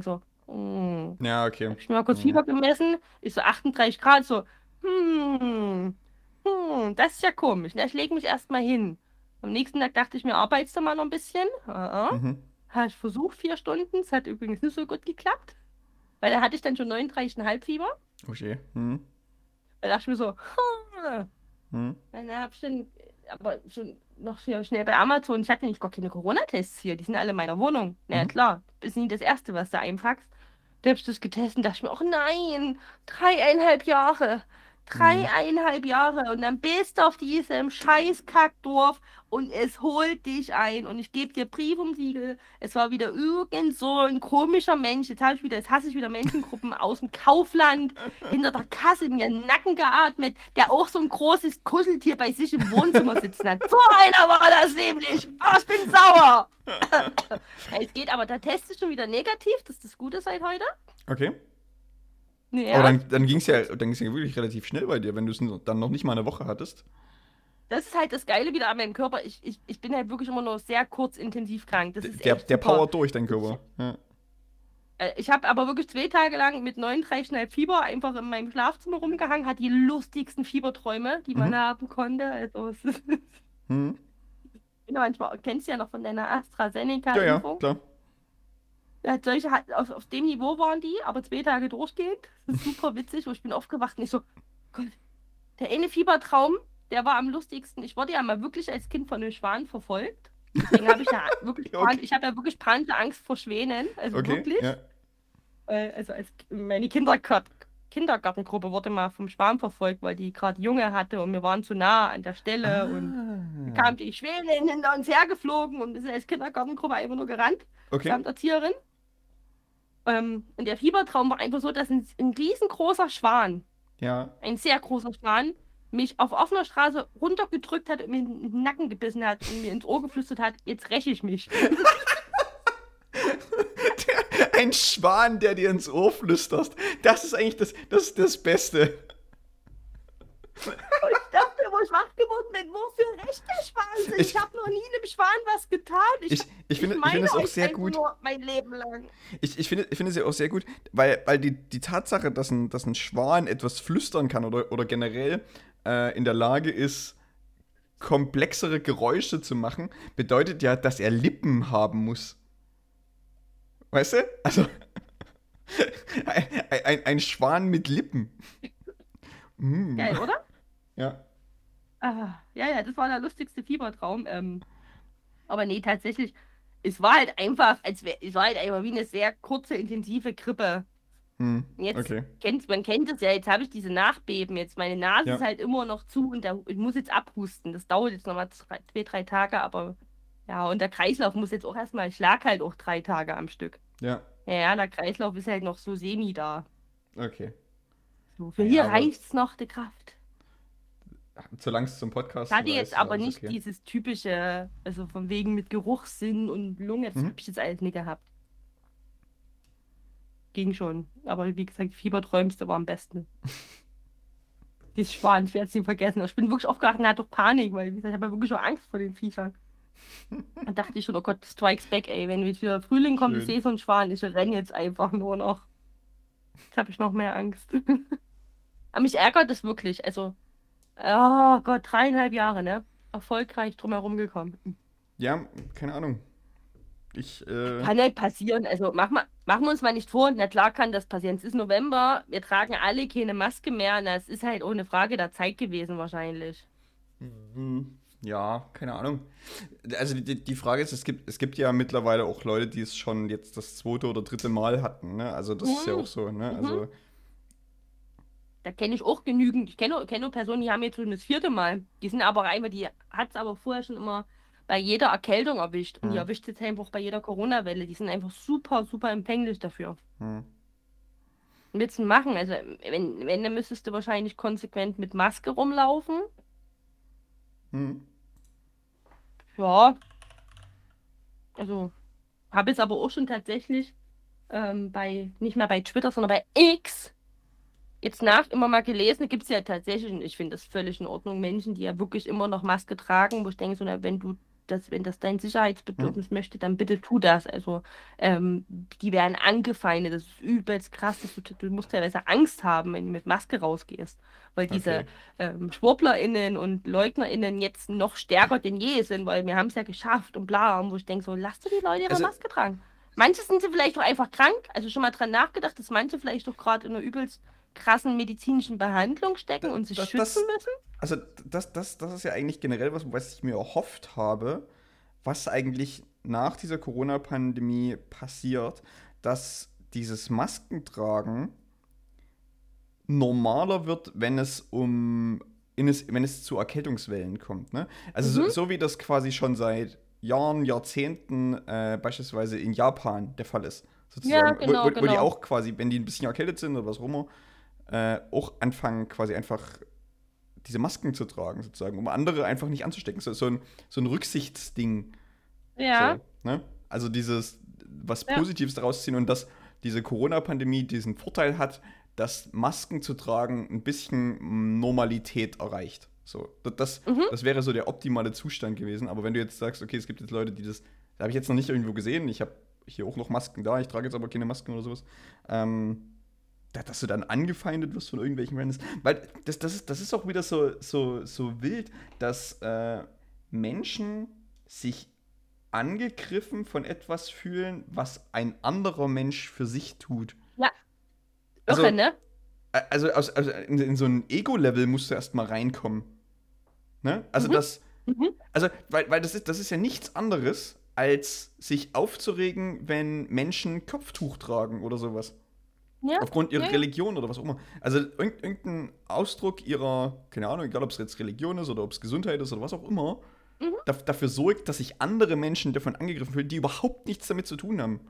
Hm. Ja, okay. Hab ich mir mal kurz Ja. Fieber gemessen, ist so achtunddreißig Grad, so, hm, hm, das ist ja komisch. Na, ich lege mich erstmal hin. Am nächsten Tag dachte ich mir, arbeitest du mal noch ein bisschen? Ja. Mhm. Habe ich versucht, vier Stunden. Es hat übrigens nicht so gut geklappt, weil da hatte ich dann schon neununddreißig Komma fünf Fieber. Oh je. Mhm. Da dachte ich mir so, hm. Mhm. Dann habe ich dann aber schon noch hier schnell bei Amazon. Ich hatte nicht gar keine Corona-Tests hier. Die sind alle in meiner Wohnung. Na ja, Mhm. klar, ist nie das Erste, was du einpackst. Da habe ich das getestet und dachte ich mir, oh nein, dreieinhalb Jahre. Mhm. Dreieinhalb Jahre. Und dann bist du auf diesem scheiß Kackdorf und es holt dich ein. Und ich gebe dir Brief um Siegel. Es war wieder irgend so ein komischer Mensch. Jetzt habe ich wieder, jetzt hasse ich wieder Menschengruppen aus dem Kaufland hinter der Kasse in mir den Nacken geatmet, der auch so ein großes Kuscheltier bei sich im Wohnzimmer sitzen hat. So einer war das nämlich. Oh, ich bin sauer. Es geht aber, der Test ist schon wieder negativ. Das ist das Gute seit heute. Okay. Ja, Aber dann, dann ging es ja, dann ging's ja wirklich relativ schnell bei dir, wenn du es dann noch nicht mal eine Woche hattest. das ist halt das Geile wieder an meinem Körper. Ich, ich, ich bin halt wirklich immer nur sehr kurz intensiv krank. Das D- ist Der, echt der super. powert durch, dein Körper. Ja. Äh, Ich habe aber wirklich zwei Tage lang mit neununddreißig Komma fünf Fieber einfach in meinem Schlafzimmer rumgehangen, hat die lustigsten Fieberträume, die man Mhm. haben konnte. Also, es ist, Mhm. ja, manchmal kennst du ja noch von deiner Ja, ja, AstraZeneca-Impfung. klar. Ja, solche, hat- auf, auf dem Niveau waren die, aber zwei Tage durchgehend. Das ist super witzig. Und ich bin aufgewacht und ich so, Gott, der eine Fiebertraum, der war am lustigsten. Ich wurde ja mal wirklich als Kind von einem Schwan verfolgt. Deswegen habe ich ja wirklich, pan Okay. ich habe ja wirklich panische Angst vor Schwänen. Also Okay, wirklich. ja. Äh, Also als meine Kindergart Kindergartengruppe wurde mal vom Schwarm verfolgt, weil die gerade Junge hatte und wir waren zu nah an der Stelle und dann Ah. kam die Schwänin hinter uns hergeflogen und wir sind als Kindergartengruppe einfach nur gerannt, Okay. samt Erzieherin. Ähm, und der Fiebertraum war einfach so, dass ein, ein riesengroßer Schwan, Ja. ein sehr großer Schwan, mich auf offener Straße runtergedrückt hat und mir in den Nacken gebissen hat und mir ins Ohr geflüstert hat, jetzt räche ich mich. Ein Schwan, der dir ins Ohr flüsterst. Das ist eigentlich das, das, ist das Beste. Und ich dachte, wo ich wach geworden bin, wofür rächt der Schwan sich? Ich- Ich habe noch nie einem Schwan was getan. Ich, Ich, ich finde ich meine finde es auch euch sehr einfach gut. nur mein Leben lang. Ich, ich, finde, ich finde sie auch sehr gut, weil, weil die, die Tatsache, dass ein, dass ein Schwan etwas flüstern kann oder, oder generell äh, in der Lage ist, komplexere Geräusche zu machen, bedeutet ja, dass er Lippen haben muss. Weißt du? Also, ein, ein, ein Schwan mit Lippen. Mm. Geil, oder? Ja. Ah, ja, ja, das war der lustigste Fiebertraum. Ähm, aber nee, tatsächlich, es war halt einfach, als wär, es war halt einfach wie eine sehr kurze, intensive Grippe. Hm. Und jetzt Okay. kennt, man kennt es ja, jetzt habe ich diese Nachbeben. Jetzt meine Nase Ja. ist halt immer noch zu und der, ich muss jetzt abhusten. Das dauert jetzt nochmal zwei, zwei, drei Tage, aber ja, und der Kreislauf muss jetzt auch erstmal, ich lag halt auch drei Tage am Stück. Ja. Ja, ja, der Kreislauf ist halt noch so semi da. Okay. So, für Ja, hier aber- reicht's noch, die Kraft. Solange es zum Podcast Ich hatte reicht, jetzt ist aber alles nicht okay. dieses typische, also von wegen mit Geruchssinn und Lunge, das Mhm. habe ich jetzt alles nicht gehabt. Ging schon. Aber wie gesagt, Fieberträumste war am besten. Dieses Schwan, ich werde es nie vergessen. Ich bin wirklich aufgewacht und hatte doch Panik, weil wie gesagt, ich habe ja wirklich schon Angst vor den Viechern. Dann dachte ich schon, oh Gott, Strikes Back, ey. Wenn jetzt wieder Frühling kommt, ich Schön. sehe so einen Schwan, ich renne jetzt einfach nur noch. Jetzt habe ich noch mehr Angst. Aber mich ärgert das wirklich. Also, oh Gott, dreieinhalb Jahre, ne? Erfolgreich drumherum gekommen. Ja, keine Ahnung. Ich, äh, Kann halt passieren. Also mach mal, machen wir uns mal nicht vor. Na klar kann das passieren. Es ist November, wir tragen alle keine Maske mehr. Na, es ist halt ohne Frage der Zeit gewesen wahrscheinlich. hm, ja, keine Ahnung. Also die, die Frage ist, es gibt, es gibt ja mittlerweile auch Leute, die es schon jetzt das zweite oder dritte Mal hatten, ne? Also das ist ja Mhm. auch so, ne? Mhm. Also, Da kenne ich auch genügend. Ich kenne kenne Personen, die haben jetzt schon das vierte Mal. Die sind aber einfach, die hat es aber vorher schon immer bei jeder Erkältung erwischt. Und die Mhm. erwischt jetzt einfach bei jeder Corona-Welle. Die sind einfach super, super empfänglich dafür. hm, Was willst du machen? Also, wenn, wenn, dann müsstest du wahrscheinlich konsequent mit Maske rumlaufen. hm, Ja, also habe jetzt aber auch schon tatsächlich ähm, bei, nicht mehr bei Twitter, sondern bei X jetzt nach immer mal gelesen, gibt es ja tatsächlich, und ich finde das völlig in Ordnung, Menschen, die ja wirklich immer noch Maske tragen, wo ich denke, so, na, wenn du das, wenn das dein Sicherheitsbedürfnis mhm. möchte, dann bitte tu das. Also ähm, die werden angefeindet, das ist übelst krass, dass du, du musst teilweise Angst haben, wenn du mit Maske rausgehst, weil diese Okay. ähm, SchwurblerInnen und LeugnerInnen jetzt noch stärker denn je sind, weil wir haben es ja geschafft und bla, und wo ich denke so, lass doch die Leute ihre Also, Maske tragen. Manche sind sie vielleicht auch einfach krank, also schon mal dran nachgedacht, dass manche vielleicht doch gerade in einer übelst krassen medizinischen Behandlung stecken und sich das, schützen das, müssen. also das, das, das ist ja eigentlich generell was, was ich mir erhofft habe, was eigentlich nach dieser Corona-Pandemie passiert, dass dieses Maskentragen normaler wird, wenn es um in es, wenn es zu Erkältungswellen kommt. Ne? Also Mhm. so, so wie das quasi schon seit Jahren, Jahrzehnten äh, beispielsweise in Japan der Fall ist. Ja, Sozusagen, wo, genau, wo, wo die genau. auch quasi, wenn die ein bisschen erkältet sind oder was auch immer, äh, auch anfangen quasi einfach diese Masken zu tragen, sozusagen, um andere einfach nicht anzustecken. So, so, ein, so ein Rücksichtsding. Ja, So, ne? Also dieses, was ja. Positives daraus ziehen und dass diese Corona-Pandemie diesen Vorteil hat, dass Masken zu tragen ein bisschen Normalität erreicht. So, das, das, Mhm. das wäre so der optimale Zustand gewesen. Aber wenn du jetzt sagst, okay, es gibt jetzt Leute, die das, das habe ich jetzt noch nicht irgendwo gesehen, ich habe hier auch noch Masken da, ich trage jetzt aber keine Masken oder sowas, ähm, dass du dann angefeindet wirst von irgendwelchen Randoms. Weil das, das, ist, das ist auch wieder so, so, so wild, dass äh, Menschen sich angegriffen von etwas fühlen, was ein anderer Mensch für sich tut. Ja, irre, Also, ne? äh, also, aus, also in, in so ein Ego-Level musst du erstmal reinkommen. Ne? Also Mhm. das, Mhm. also, weil, weil das ist, das ist ja nichts anderes, als sich aufzuregen, wenn Menschen Kopftuch tragen oder sowas. Ja, Aufgrund ja, ihrer ja. Religion oder was auch immer. Also irgend, irgendein Ausdruck ihrer, keine Ahnung, egal ob es jetzt Religion ist oder ob es Gesundheit ist oder was auch immer, Mhm. da, dafür sorgt, dass sich andere Menschen davon angegriffen fühlen, die überhaupt nichts damit zu tun haben.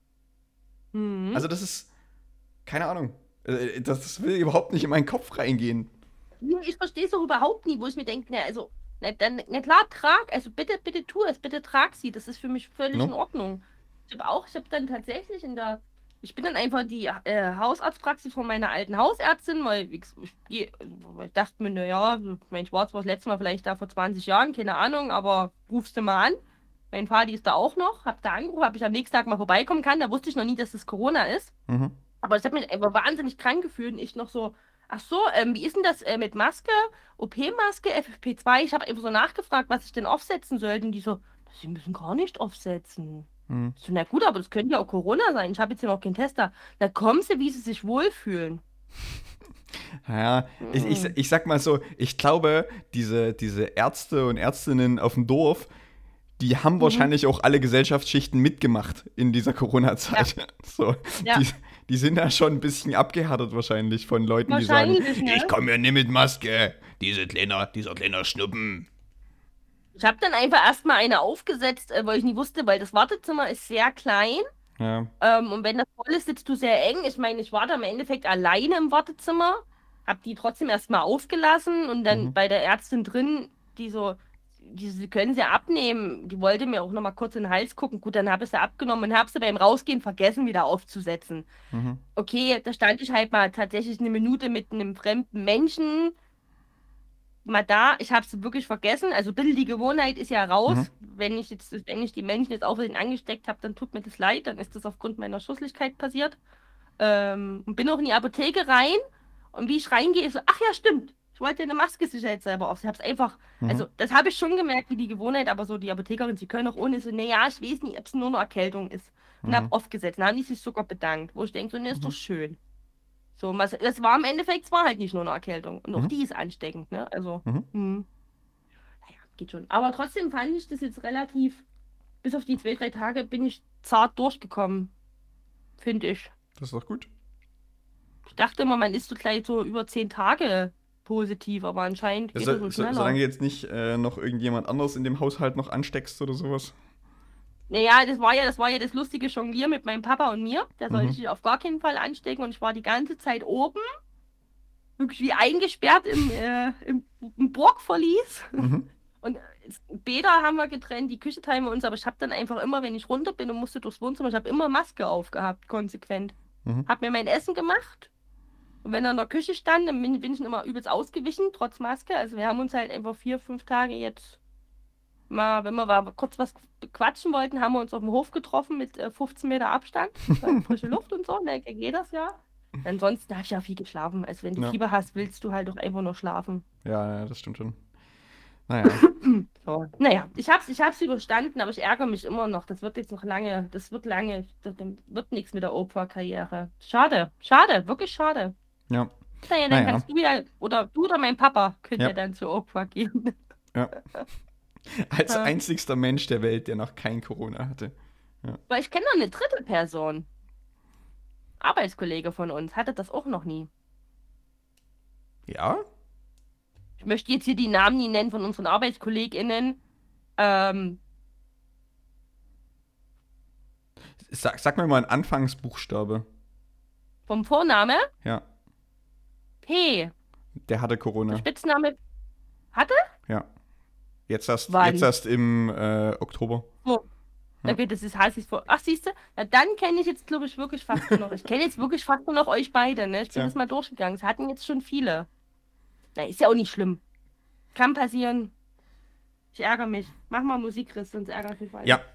Mhm. Also das ist, keine Ahnung, äh, das, das will überhaupt nicht in meinen Kopf reingehen. Ja, ich verstehe es auch überhaupt nie, wo ich mir denke, na, also, na, dann, na klar, trag, also bitte, bitte tu es, bitte trag sie, das ist für mich völlig in Ne? Ordnung. Ich habe auch, ich habe dann tatsächlich in der, ich bin dann einfach die äh, Hausarztpraxis von meiner alten Hausärztin, weil ich, ich, die- weil ich dachte mir, naja, mein ich war zwar das letzte Mal vielleicht da vor zwanzig Jahren, keine Ahnung, aber rufst du mal an. Mein Vati ist da auch noch, hab da angerufen, ob ich am nächsten Tag mal vorbeikommen kann, da wusste ich noch nie, dass es Corona ist. Mhm. Aber ich habe mich einfach wahnsinnig krank gefühlt und ich noch so, ach so, ähm, wie ist denn das äh, mit Maske, O P-Maske, F F P zwei? Ich habe einfach so nachgefragt, was ich denn aufsetzen sollte. Und die so, sie müssen gar nicht aufsetzen. Mhm. Ich so, na gut, aber das könnte ja auch Corona sein. Ich habe jetzt ja noch keinen Tester. Da kommen sie, wie sie sich wohlfühlen. Naja, ich, ich, Hm. ich sag mal so, ich glaube, diese, diese Ärzte und Ärztinnen auf dem Dorf, die haben Mhm. wahrscheinlich auch alle Gesellschaftsschichten mitgemacht in dieser Ja, Corona-Zeit. So, ja, die, die sind da schon ein bisschen abgehärtet wahrscheinlich von Leuten, die sagen, wahrscheinlich, ich ne? komme ja nicht mit Maske, diese kleiner, dieser kleine Schnuppen. Ich habe dann einfach erstmal eine aufgesetzt, äh, weil ich nie wusste, weil das Wartezimmer ist sehr klein. Ja. Ähm, und wenn das voll ist, sitzt du sehr eng. Ich meine, ich war da im Endeffekt alleine im Wartezimmer, hab die trotzdem erstmal aufgelassen und dann Mhm. bei der Ärztin drin, die so, die, sie können sie abnehmen. Die wollte mir auch nochmal kurz in den Hals gucken. Gut, dann habe ich sie abgenommen und habe sie beim Rausgehen vergessen, wieder aufzusetzen. Mhm. Okay, da stand ich halt mal tatsächlich eine Minute mit einem fremden Menschen mal da, ich habe es wirklich vergessen. Also ein bisschen die Gewohnheit ist ja Mhm. raus. Wenn ich jetzt, wenn ich die Menschen jetzt auf den angesteckt habe, dann tut mir das leid, dann ist das aufgrund meiner Schusslichkeit passiert. Ähm, und bin auch in die Apotheke rein und wie ich reingehe, ist so, ach ja, stimmt. Ich wollte eine Maske sicherheitshalber auf. Ich habe es einfach, Mhm. also das habe ich schon gemerkt, wie die Gewohnheit, aber so die Apothekerin, sie können auch ohne so, naja, ich weiß nicht, ob es nur eine Erkältung ist. Und habe Mhm. aufgesetzt. Dann haben die sich sogar bedankt, wo ich denke, so, ne, ist doch Mhm. schön. So, was, das war im Endeffekt, es war halt nicht nur eine Erkältung. Und auch Mhm. die ist ansteckend, ne? Also, Mhm. hm, naja, geht schon. Aber trotzdem fand ich das jetzt relativ, bis auf die zwei, drei Tage bin ich zart durchgekommen, finde ich. Das ist doch gut. Ich dachte immer, man ist so gleich so über zehn Tage positiv, aber anscheinend Ja, geht das so, so so, solange schneller. du jetzt nicht äh, noch irgendjemand anderes in dem Haushalt noch ansteckst oder sowas. Naja, das war ja, das war ja das lustige Jonglieren mit meinem Papa und mir. Der sollte Mhm. sich auf gar keinen Fall anstecken und ich war die ganze Zeit oben, wirklich wie eingesperrt im, äh, im, im Burgverlies. Mhm. Und es- Bäder haben wir getrennt, die Küche teilen wir uns, aber ich habe dann einfach immer, wenn ich runter bin und musste durchs Wohnzimmer, ich habe immer Maske aufgehabt, konsequent. Mhm. Hab mir mein Essen gemacht und wenn er in der Küche stand, dann bin, bin ich immer übelst ausgewichen, trotz Maske. Also wir haben uns halt einfach vier, fünf Tage jetzt mal, wenn wir mal kurz was quatschen wollten, haben wir uns auf dem Hof getroffen mit äh, fünfzehn Meter Abstand, weil frische Luft und so, ne, geht das ja. Ansonsten habe ich ja viel geschlafen. Also wenn du Ja. Fieber hast, willst du halt doch einfach nur schlafen. Ja, ja, das stimmt schon. Naja. So. Naja, ich hab's, ich hab's überstanden, aber ich ärgere mich immer noch. Das wird jetzt noch lange, das wird lange, das wird nichts mit der Oprah-Karriere. Schade, schade, wirklich schade. Ja. Naja, dann Naja. kannst du ja, oder du oder mein Papa könnt Ja. ja dann zu Oprah gehen. Ja. Als Ja. einzigster Mensch der Welt, der noch kein Corona hatte. Weil ich kenne noch eine dritte Person. Arbeitskollege von uns hatte das auch noch nie. Ja? Ich möchte jetzt hier die Namen nie nennen von unseren ArbeitskollegInnen. Ähm, Sag, sag mir mal einen Anfangsbuchstabe. vom Vorname Ja. P. Der hatte Der Corona. Spitzname hatte? Ja. Jetzt erst, Wann? jetzt erst im äh, Oktober. So. Ja. Okay, das ist heißt ich vor. Ach, siehst du? Ja, dann kenne ich jetzt, glaube ich, wirklich fast nur noch. Ich kenne jetzt wirklich fast nur noch euch beide, ne? Ich bin Tja. das mal durchgegangen. Es hatten jetzt schon viele. Na, ist ja auch nicht schlimm. Kann passieren. Ich ärgere mich. Mach mal Musik, Chris, sonst ärgere ich mich weiter. Ja.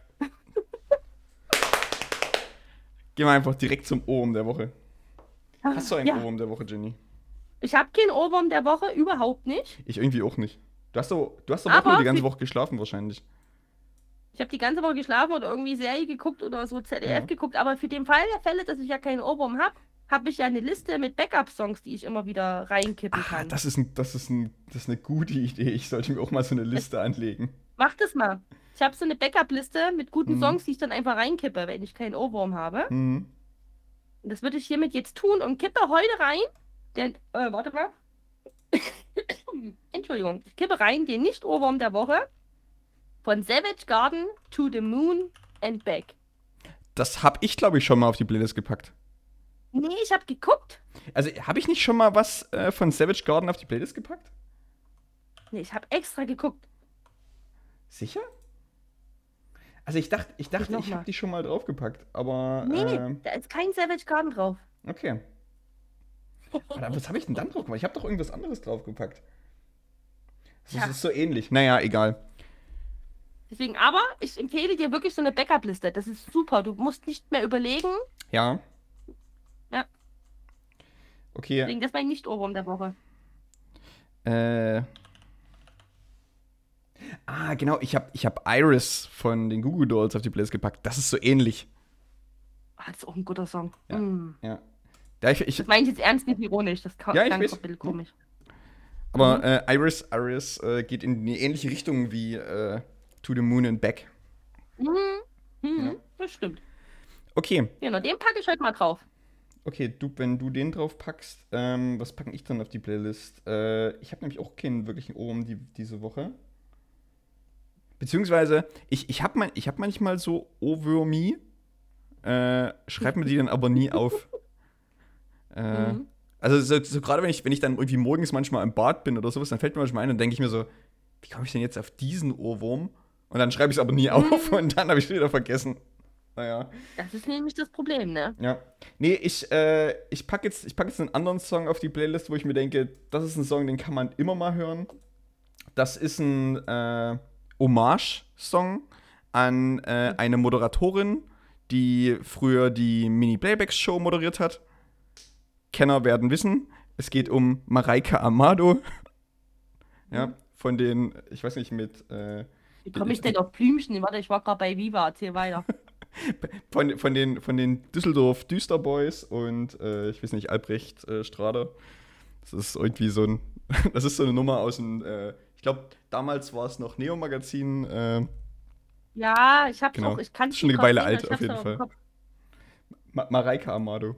Gehen wir einfach direkt zum Ohrwurm der Woche. Hast du einen Ja. Ohrwurm der Woche, Jenny? Ich habe keinen Ohrwurm der Woche, überhaupt nicht. Ich irgendwie auch nicht. Du hast doch, du hast doch Aber auch nur die ganze für- Woche geschlafen wahrscheinlich. Ich habe die ganze Woche geschlafen oder irgendwie Serie geguckt oder so Z D F Ja. geguckt. Aber für den Fall der Fälle, dass ich ja keinen Ohrwurm habe, habe ich ja eine Liste mit Backup-Songs, die ich immer wieder reinkippen Ah, kann. das ist, ein, das, ist ein, das ist eine gute Idee. Ich sollte mir auch mal so eine Liste anlegen. Mach das mal. Ich habe so eine Backup-Liste mit guten Mhm. Songs, die ich dann einfach reinkippe, wenn ich keinen Ohrwurm habe. Mhm. Und das würde ich hiermit jetzt tun und kippe heute rein. Den, äh, warte mal. Entschuldigung. Ich kippe rein den Nicht-Ohrwurm der Woche von Savage Garden to the Moon and Back. Das habe ich, glaube ich, schon mal auf die Playlist gepackt. Nee, ich habe geguckt. Also, habe ich nicht schon mal was äh, von Savage Garden auf die Playlist gepackt? Nee, ich habe extra geguckt. Sicher? Also, ich dachte, ich, dachte, noch ich mal. habe die schon mal draufgepackt. Aber, Nee, ähm, da ist kein Savage Garden drauf. okay. Aber was habe ich denn dann drauf gemacht? Ich habe doch irgendwas anderes draufgepackt. Das Tja. ist so ähnlich. Naja, egal. Deswegen, aber ich empfehle dir wirklich so eine Backup-Liste. Das ist super. Du musst nicht mehr überlegen. Ja. Ja. Okay. Deswegen, das ist mein Nicht-Ohrwurm der Woche. Äh. Ah, genau. Ich habe ich hab Iris von den Goo Goo Dolls auf die Playlist gepackt. Das ist so ähnlich. Ah, das ist auch ein guter Song. Ja. Mm. Ja. Ja, ich, ich, Das meine ich jetzt ernst, nicht ironisch. Das ka- Ja, ich klang weiß. ein bisschen komisch. aber Mhm. äh, Iris, Iris äh, geht in eine ähnliche Richtung wie äh, To the Moon and Back. Mhm. Mhm. Ja. Das stimmt. Okay, Genau, den packe ich heute mal drauf. okay, du, wenn du den drauf packst, ähm, was packen ich dann auf die Playlist? Äh, ich habe nämlich auch keinen wirklichen Ohrwurm die, diese Woche. Beziehungsweise, ich, ich habe man, ich hab manchmal so Ohrwürmi, äh, schreib mir die dann aber nie auf. Äh, Mhm. Also so, so gerade wenn ich, wenn ich dann irgendwie morgens manchmal im Bad bin oder sowas, dann fällt mir manchmal ein und denke ich mir so, wie komme ich denn jetzt auf diesen Ohrwurm? Und dann schreibe ich es aber nie auf und dann habe ich es wieder vergessen. Naja. Das ist nämlich das Problem, ne? Ja. Nee, ich, äh, ich packe jetzt, ich pack jetzt einen anderen Song auf die Playlist, wo ich mir denke, das ist ein Song, den kann man immer mal hören. Das ist ein äh, Hommage-Song an äh, eine Moderatorin, die früher die Mini-Playbacks-Show moderiert hat. Kenner werden wissen, es geht um Mareike Amado. Ja, von den, ich weiß nicht, mit äh, Wie komme ich denn auf Blümchen? Warte, ich war gerade bei Viva, erzähl weiter. von, von, den, von den Düsseldorf Düsterboys und äh, ich weiß nicht, Albrecht äh, Strader. Das ist irgendwie so ein, das ist so eine Nummer aus dem, äh, ich glaube, damals war es noch Neo-Magazin. Äh, Ja, ich hab's Genau. auch, ich kann Ist schon eine Weile alt, auf jeden Fall. Ma Mareike Amado.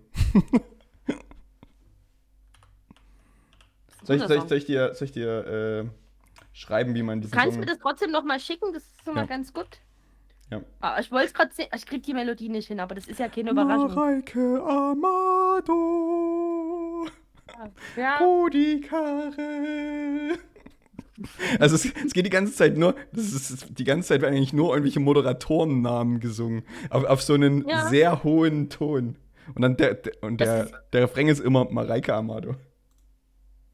Soll ich, soll, ich, soll ich dir, soll ich dir äh, schreiben, wie man Du diesen kannst Song... mir das trotzdem noch mal schicken, das ist immer Ja. ganz gut. Ja. Ah, ich wollte es gerade sehen, ich krieg die Melodie nicht hin, aber das ist ja keine Überraschung. Mareike Amado, Ja, Rudi Carell. Also es, es geht die ganze Zeit nur, das ist, die ganze Zeit werden eigentlich nur irgendwelche Moderatorennamen gesungen. Auf, auf so einen Ja. sehr hohen Ton. Und dann der, der, und Das der, ist- der Refrain ist immer Mareike Amado.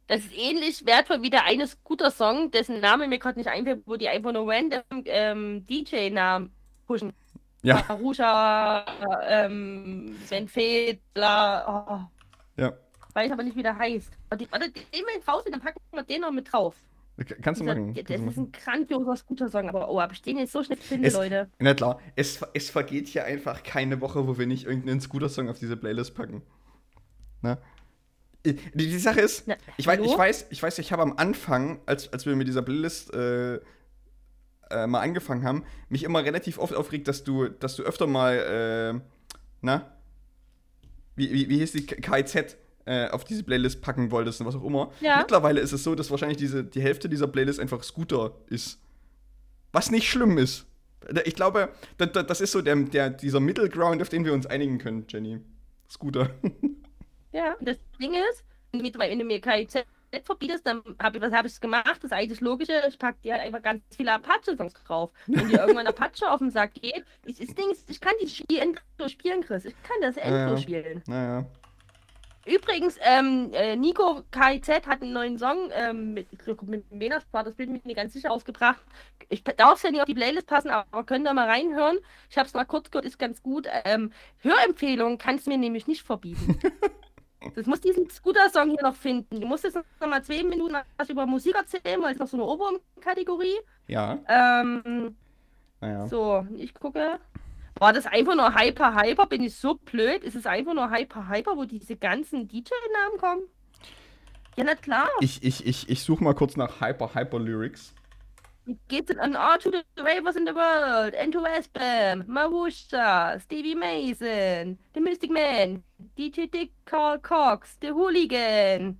Das ist ähnlich wertvoll wie der eine Scooter-Song, dessen Name mir gerade nicht einfällt, wo die einfach nur random ähm, D J-Namen pushen. Ja, Marusha, ähm, Sven Feth, bla. Oh, ja. weiß aber nicht, wie der heißt. Warte, warte, den wir raus, dann packen wir den noch mit drauf. K- Kannst du Dieser, machen. das Kannst du ist machen. ein grandioser Scooter-Song, aber oh, ob ich den jetzt so schnell finde, Es, Leute. na klar, es, es vergeht hier einfach keine Woche, wo wir nicht irgendeinen Scooter-Song auf diese Playlist packen. Na? Die, die Sache ist, Na, ich weiß, hallo? ich weiß, ich weiß, ich habe am Anfang, als, als wir mit dieser Playlist äh, äh, mal angefangen haben, mich immer relativ oft aufregt, dass du, dass du öfter mal, äh, na, wie, wie, wie hieß die, K I Z äh, auf diese Playlist packen wolltest und was auch immer. Ja. Mittlerweile ist es so, dass wahrscheinlich diese, die Hälfte dieser Playlist einfach Scooter ist. Was nicht schlimm ist. Ich glaube, da- da- das ist so der, der, dieser Middle Ground, auf den wir uns einigen können, Jenny. Scooter. Ja, das Ding ist, wenn du mir- wenn du mir K I Z verbietest, dann habe ich, was habe ich gemacht? Das eigentlich Logische, ich packe dir halt einfach ganz viele Apache-Songs drauf. Wenn dir irgendwann Apache auf den Sack geht, ich, das Ding ist, ich kann die Spiel endlos spielen, Chris. Ich kann das endlos Ja. spielen. Naja. Übrigens, ähm, äh, Nico K I Z hat einen neuen Song ähm, mit, mit Venus-Part, das bin ich mir nicht ganz sicher ausgebracht. Ich darf es ja nicht auf die Playlist passen, aber könnt ihr mal reinhören. Ich habe es mal kurz gehört, ist ganz gut. Ähm, Hörempfehlung kannst du mir nämlich nicht verbieten. Das muss diesen Scooter-Song hier noch finden. Du musst jetzt noch mal zwei Minuten was über Musik erzählen, weil es noch so eine Oberkategorie. Ja. Ähm, Naja. so, ich gucke. War das einfach nur Hyper Hyper? Bin ich so blöd? Ist es einfach nur Hyper Hyper, wo diese ganzen D J-Namen kommen? Ja, na klar. Ich, ich, ich, ich suche mal kurz nach Hyper Hyper Lyrics. Geht's in an R to the Ravers in the World, N two S Bam, Marusha, Stevie Mason, The Mystic Man, D J Dick Carl Cox, The Hooligan.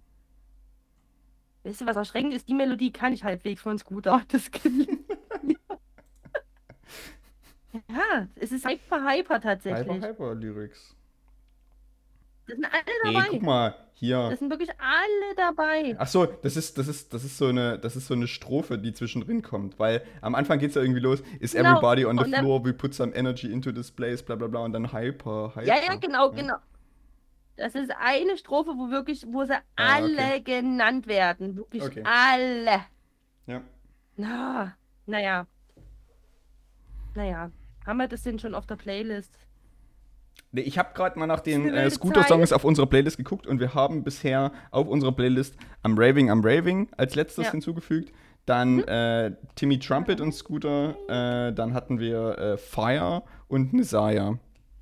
Weißt du, was erschreckend ist? Die Melodie kann ich halbwegs von Scooter. Das Ja, es ist Hyper Hyper tatsächlich. Hyper Hyper Lyrics. Das sind alle Ey, dabei. guck mal, hier. Das sind wirklich alle dabei. Ach so, das ist, das ist, das ist so eine, das ist so eine Strophe, die zwischendrin kommt, weil am Anfang geht's ja irgendwie los, is Genau. everybody on the Und dann- floor, we put some energy into this place, bla bla bla, und dann Hyper, Hyper. Ja, ja, genau, genau. Das ist eine Strophe, wo wirklich, wo sie Ah, alle okay. genannt werden. Wirklich Okay. alle. Ja. Na, naja. Naja. Haben wir das denn schon auf der Playlist? Nee, ich habe gerade mal nach den Eine äh, wilde Scooter-Songs auf unserer Playlist geguckt und wir haben bisher auf unserer Playlist am Raving, am Raving als letztes Ja. hinzugefügt. Dann äh, Timmy Trumpet und Scooter. Äh, dann hatten wir äh, Fire und Nesaya.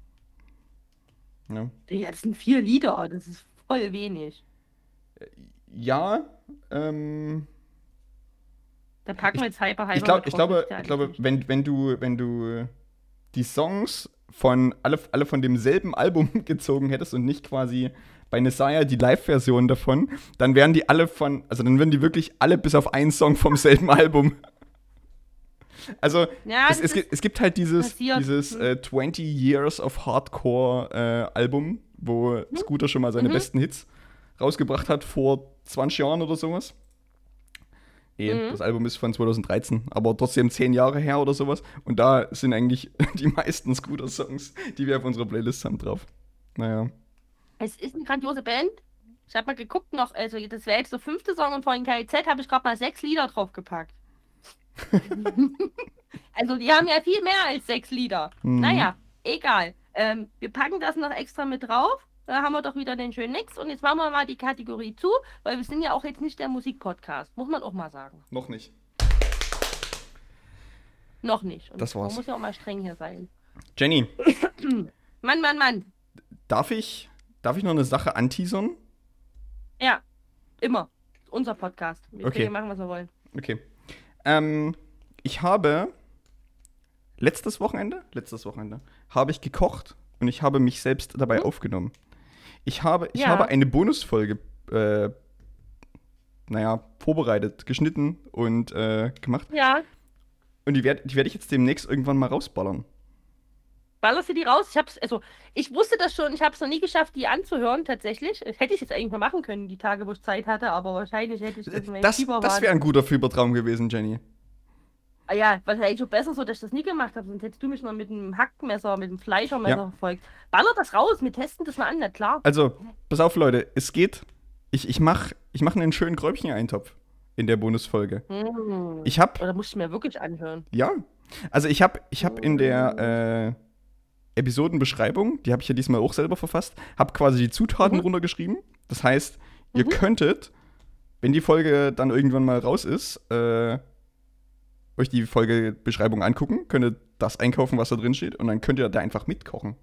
Ja, Ja, das sind vier Lieder. Das ist voll wenig. ja ähm, Da packen wir jetzt Hyper Hyper ich, glaub, mit ich drauf, glaube, ist ja ich glaube eigentlich wenn, wenn, du, wenn du die Songs von alle, alle von demselben Album gezogen hättest und nicht quasi bei Nesaya die Live-Version davon, dann wären die alle von, also dann wären die wirklich alle bis auf einen Song vom selben Album. Also nicht. Ja, es, das es, ist gibt, es gibt halt dieses, passiert. dieses Hm. äh, twenty Years of Hardcore äh, Album, wo Scooter schon mal seine Mhm. besten Hits rausgebracht hat, vor zwanzig Jahren oder sowas. Eh, Mhm. das Album ist von zwanzig dreizehn, aber trotzdem zehn Jahre her oder sowas. Und da sind eigentlich die meisten Scooter-Songs, die wir auf unserer Playlist haben, drauf. Naja. Es ist eine grandiose Band. Ich habe mal geguckt noch, also das wäre jetzt der fünfte Song und von K I Z habe ich gerade mal sechs Lieder draufgepackt. Also die haben ja viel mehr als sechs Lieder. Mhm. Naja, egal. Ähm, wir packen das noch extra mit drauf. Da haben wir doch wieder den schönen Mix. Und jetzt machen wir mal die Kategorie zu, weil wir sind ja auch jetzt nicht der Musikpodcast. Muss man auch mal sagen. Noch nicht. Noch nicht. Und Das war's. Man muss ja auch mal streng hier sein. Jenny, Mann, Mann, Mann. darf ich, darf ich noch eine Sache anteasern? Ja, immer. Unser Podcast. Wir Okay. können machen, was wir wollen. Okay. Ähm, ich habe letztes Wochenende, letztes Wochenende, habe ich gekocht und ich habe mich selbst dabei Hm? aufgenommen. Ich habe, ich Ja. habe eine Bonusfolge, äh, naja, vorbereitet, geschnitten und äh, gemacht. Ja, Und die werde die werd ich jetzt demnächst irgendwann mal rausballern. ballerst du die raus? Ich hab's, also, ich wusste das schon, ich habe es noch nie geschafft, die anzuhören, tatsächlich. Das hätte ich jetzt eigentlich mal machen können, die Tage, wo ich Zeit hatte, aber wahrscheinlich hätte ich das, wenn ich Das, Fieber das war. wäre ein guter Fiebertraum gewesen, Jenny. Ah ja, wahrscheinlich schon besser so, dass ich das nie gemacht habe, sonst hättest du mich mal mit einem Hackmesser, mit einem Fleischermesser Ja. verfolgt. Baller das raus, wir testen das mal an, na klar. Also, pass auf, Leute, es geht Ich, ich mache ich mach einen schönen Gräubchen-Eintopf in der Bonusfolge. Hm. Ich habe, Oder muss ich mir wirklich anhören? ja, also ich habe ich hab in der äh, Episodenbeschreibung, die habe ich ja diesmal auch selber verfasst, habe quasi die Zutaten Mhm. runtergeschrieben. Das heißt, ihr Mhm. könntet, wenn die Folge dann irgendwann mal raus ist, äh, euch die Folgebeschreibung angucken, könntet das einkaufen, was da drin steht, und dann könnt ihr da einfach mitkochen.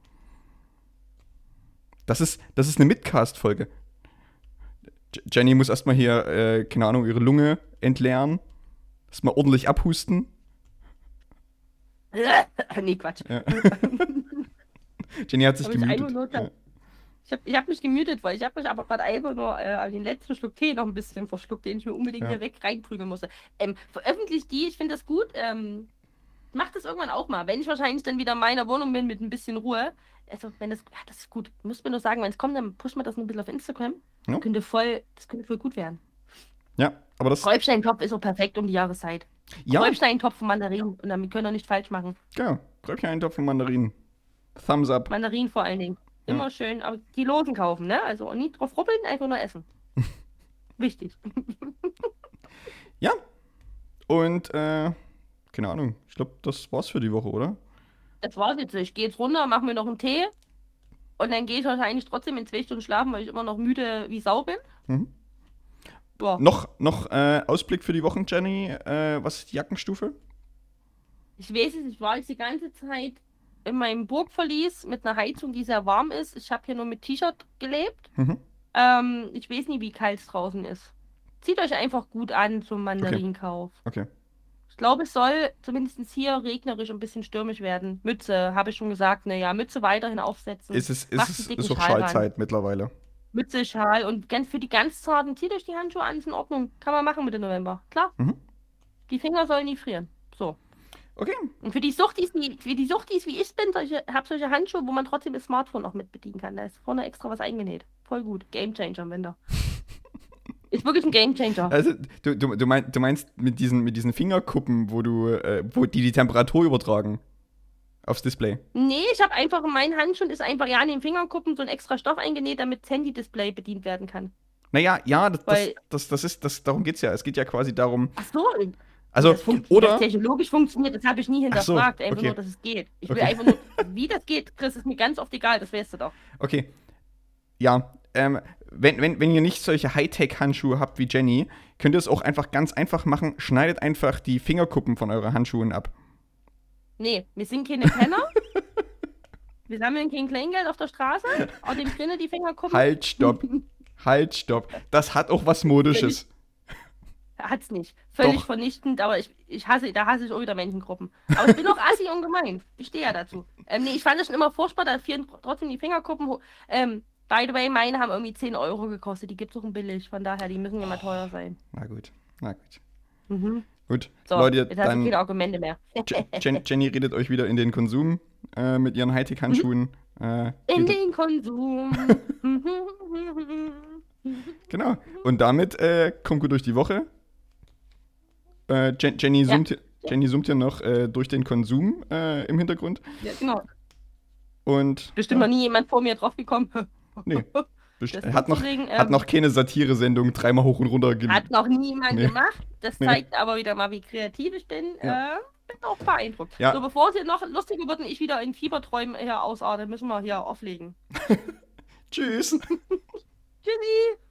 Das ist, das ist eine Midcast-Folge. J- Jenny muss erstmal hier, äh, keine Ahnung, ihre Lunge entleeren, erstmal ordentlich abhusten. Nee, Quatsch. Ja. Jenny hat sich Hab ich gemutet. einfach nur Ja. Ich habe ich hab mich gemutet, weil ich habe mich aber gerade einfach nur äh, den letzten Schluck Tee noch ein bisschen verschluckt, den ich mir unbedingt Ja. hier weg reinprügeln musste. Ähm, veröffentlicht die, ich finde das gut. Ähm, mach das irgendwann auch mal, wenn ich wahrscheinlich dann wieder in meiner Wohnung bin mit ein bisschen Ruhe. Also, wenn das, ja, das ist gut. Du musst mir nur sagen, wenn es kommt, dann pusht mir das ein bisschen auf Instagram. Ja. Das könnte voll, das könnte voll gut werden. Ja, aber das, Räubsteintopf ist auch perfekt um die Jahreszeit. ja, Räubsteintopf von Mandarinen. Und damit können wir nicht falsch machen. genau. Gräubchen-Eintopf und Mandarinen. Thumbs up. Mandarinen vor allen Dingen. Immer Ja. schön, aber die Losen kaufen, ne? Also nie drauf rubbeln, einfach nur essen. Wichtig. Ja. Und, äh, keine Ahnung. Ich glaube, das war's für die Woche, oder? Das war's jetzt. Ich gehe jetzt runter, mache mir noch einen Tee und dann gehe ich wahrscheinlich trotzdem in zwei Stunden schlafen, weil ich immer noch müde wie Sau bin. Mhm. Boah. Noch, noch äh, Ausblick für die Wochen, Jenny. Äh, was ist die Jackenstufe? Ich weiß es, ich war jetzt die ganze Zeit in meinem Burgverlies mit einer Heizung, die sehr warm ist. Ich habe hier nur mit T-Shirt gelebt. Mhm. Ähm, ich weiß nie, wie kalt es draußen ist. Zieht euch einfach gut an zum Mandarinenkauf. Okay. Ich glaube, es soll zumindest hier regnerisch ein bisschen stürmisch werden. Mütze, habe ich schon gesagt. Naja, Mütze weiterhin aufsetzen. Ist es, Macht ist einen es dicken ist auch Schal ran. Schalzeit mittlerweile. Mütze, Schal und ganz für die ganz zarten, zieht euch die Handschuhe an, ist in Ordnung. Kann man machen Mitte November. Klar. Mhm. Die Finger sollen nie frieren. So. Okay. Und für die Suchtis, die, für die Suchtis wie ich bin, solche, hab solche Handschuhe, wo man trotzdem das Smartphone auch mit bedienen kann. Da ist vorne extra was eingenäht. Voll gut. Gamechanger am Ende. Ist wirklich ein Gamechanger. Also, du, du, du, mein, du meinst mit diesen, mit diesen Fingerkuppen, wo du, äh, wo die die Temperatur übertragen aufs Display. Nee, ich habe einfach in meinen Handschuhen ist einfach ja an den Fingerkuppen so ein extra Stoff eingenäht, damit das Handy-Display bedient werden kann. Naja, ja, das, das, Weil- das, das ist, das, darum geht's ja. Es geht ja quasi darum, Ach so, also, das funkt- wie oder, das technologisch funktioniert, das habe ich nie Ach so, hinterfragt. Einfach okay. nur, dass es geht. Ich will Okay. einfach nur, wie das geht, Chris, ist mir ganz oft egal, das weißt du doch. okay, ja, ähm, wenn, wenn, wenn ihr nicht solche Hightech-Handschuhe habt wie Jenny, könnt ihr es auch einfach ganz einfach machen. Schneidet einfach die Fingerkuppen von euren Handschuhen ab. Nee, wir sind keine Penner. Wir sammeln kein Kleingeld auf der Straße. Auch dem Grinne die Fingerkuppen. Halt, stopp. Halt, stopp. Das hat auch was Modisches. Hat's nicht. Völlig Doch. vernichtend, aber ich, ich hasse, da hasse ich auch wieder Menschengruppen. Aber ich bin auch assi und gemein. Ich stehe ja dazu. Ähm, nee, ich fand das schon immer furchtbar, da fielen trotzdem die Fingerkuppen. ho- Ähm, by the way, meine haben irgendwie zehn Euro gekostet. Die gibt's auch in billig. Von daher, die müssen ja mal teuer sein. Na gut, na gut. Mhm. Gut, So, Leute, jetzt hast du dann keine Argumente mehr. Je- Jen, Jenny redet euch wieder in den Konsum äh, mit ihren Hightech-Handschuhen. Äh, In geht- den Konsum. genau. Und damit äh, kommt gut durch die Woche. Äh, Jen, Jenny, Ja. zoomt, hier- Jenny zoomt hier noch äh, durch den Konsum äh, im Hintergrund. Ja, genau. Und Bestimmt ja, noch nie jemand vor mir draufgekommen. Nee. best- Das hat, noch, zuzulegen, hat ähm, noch keine Satire-Sendung dreimal hoch und runter ge- Hat noch niemand Nee. gemacht. Das Nee. zeigt aber wieder mal, wie kreativ ich bin. Ja. Äh, bin auch beeindruckt. Ja. So, bevor es hier noch lustiger wird und ich wieder in Fieberträumen hier ausarte, müssen wir hier auflegen. Tschüss. Tschüssi!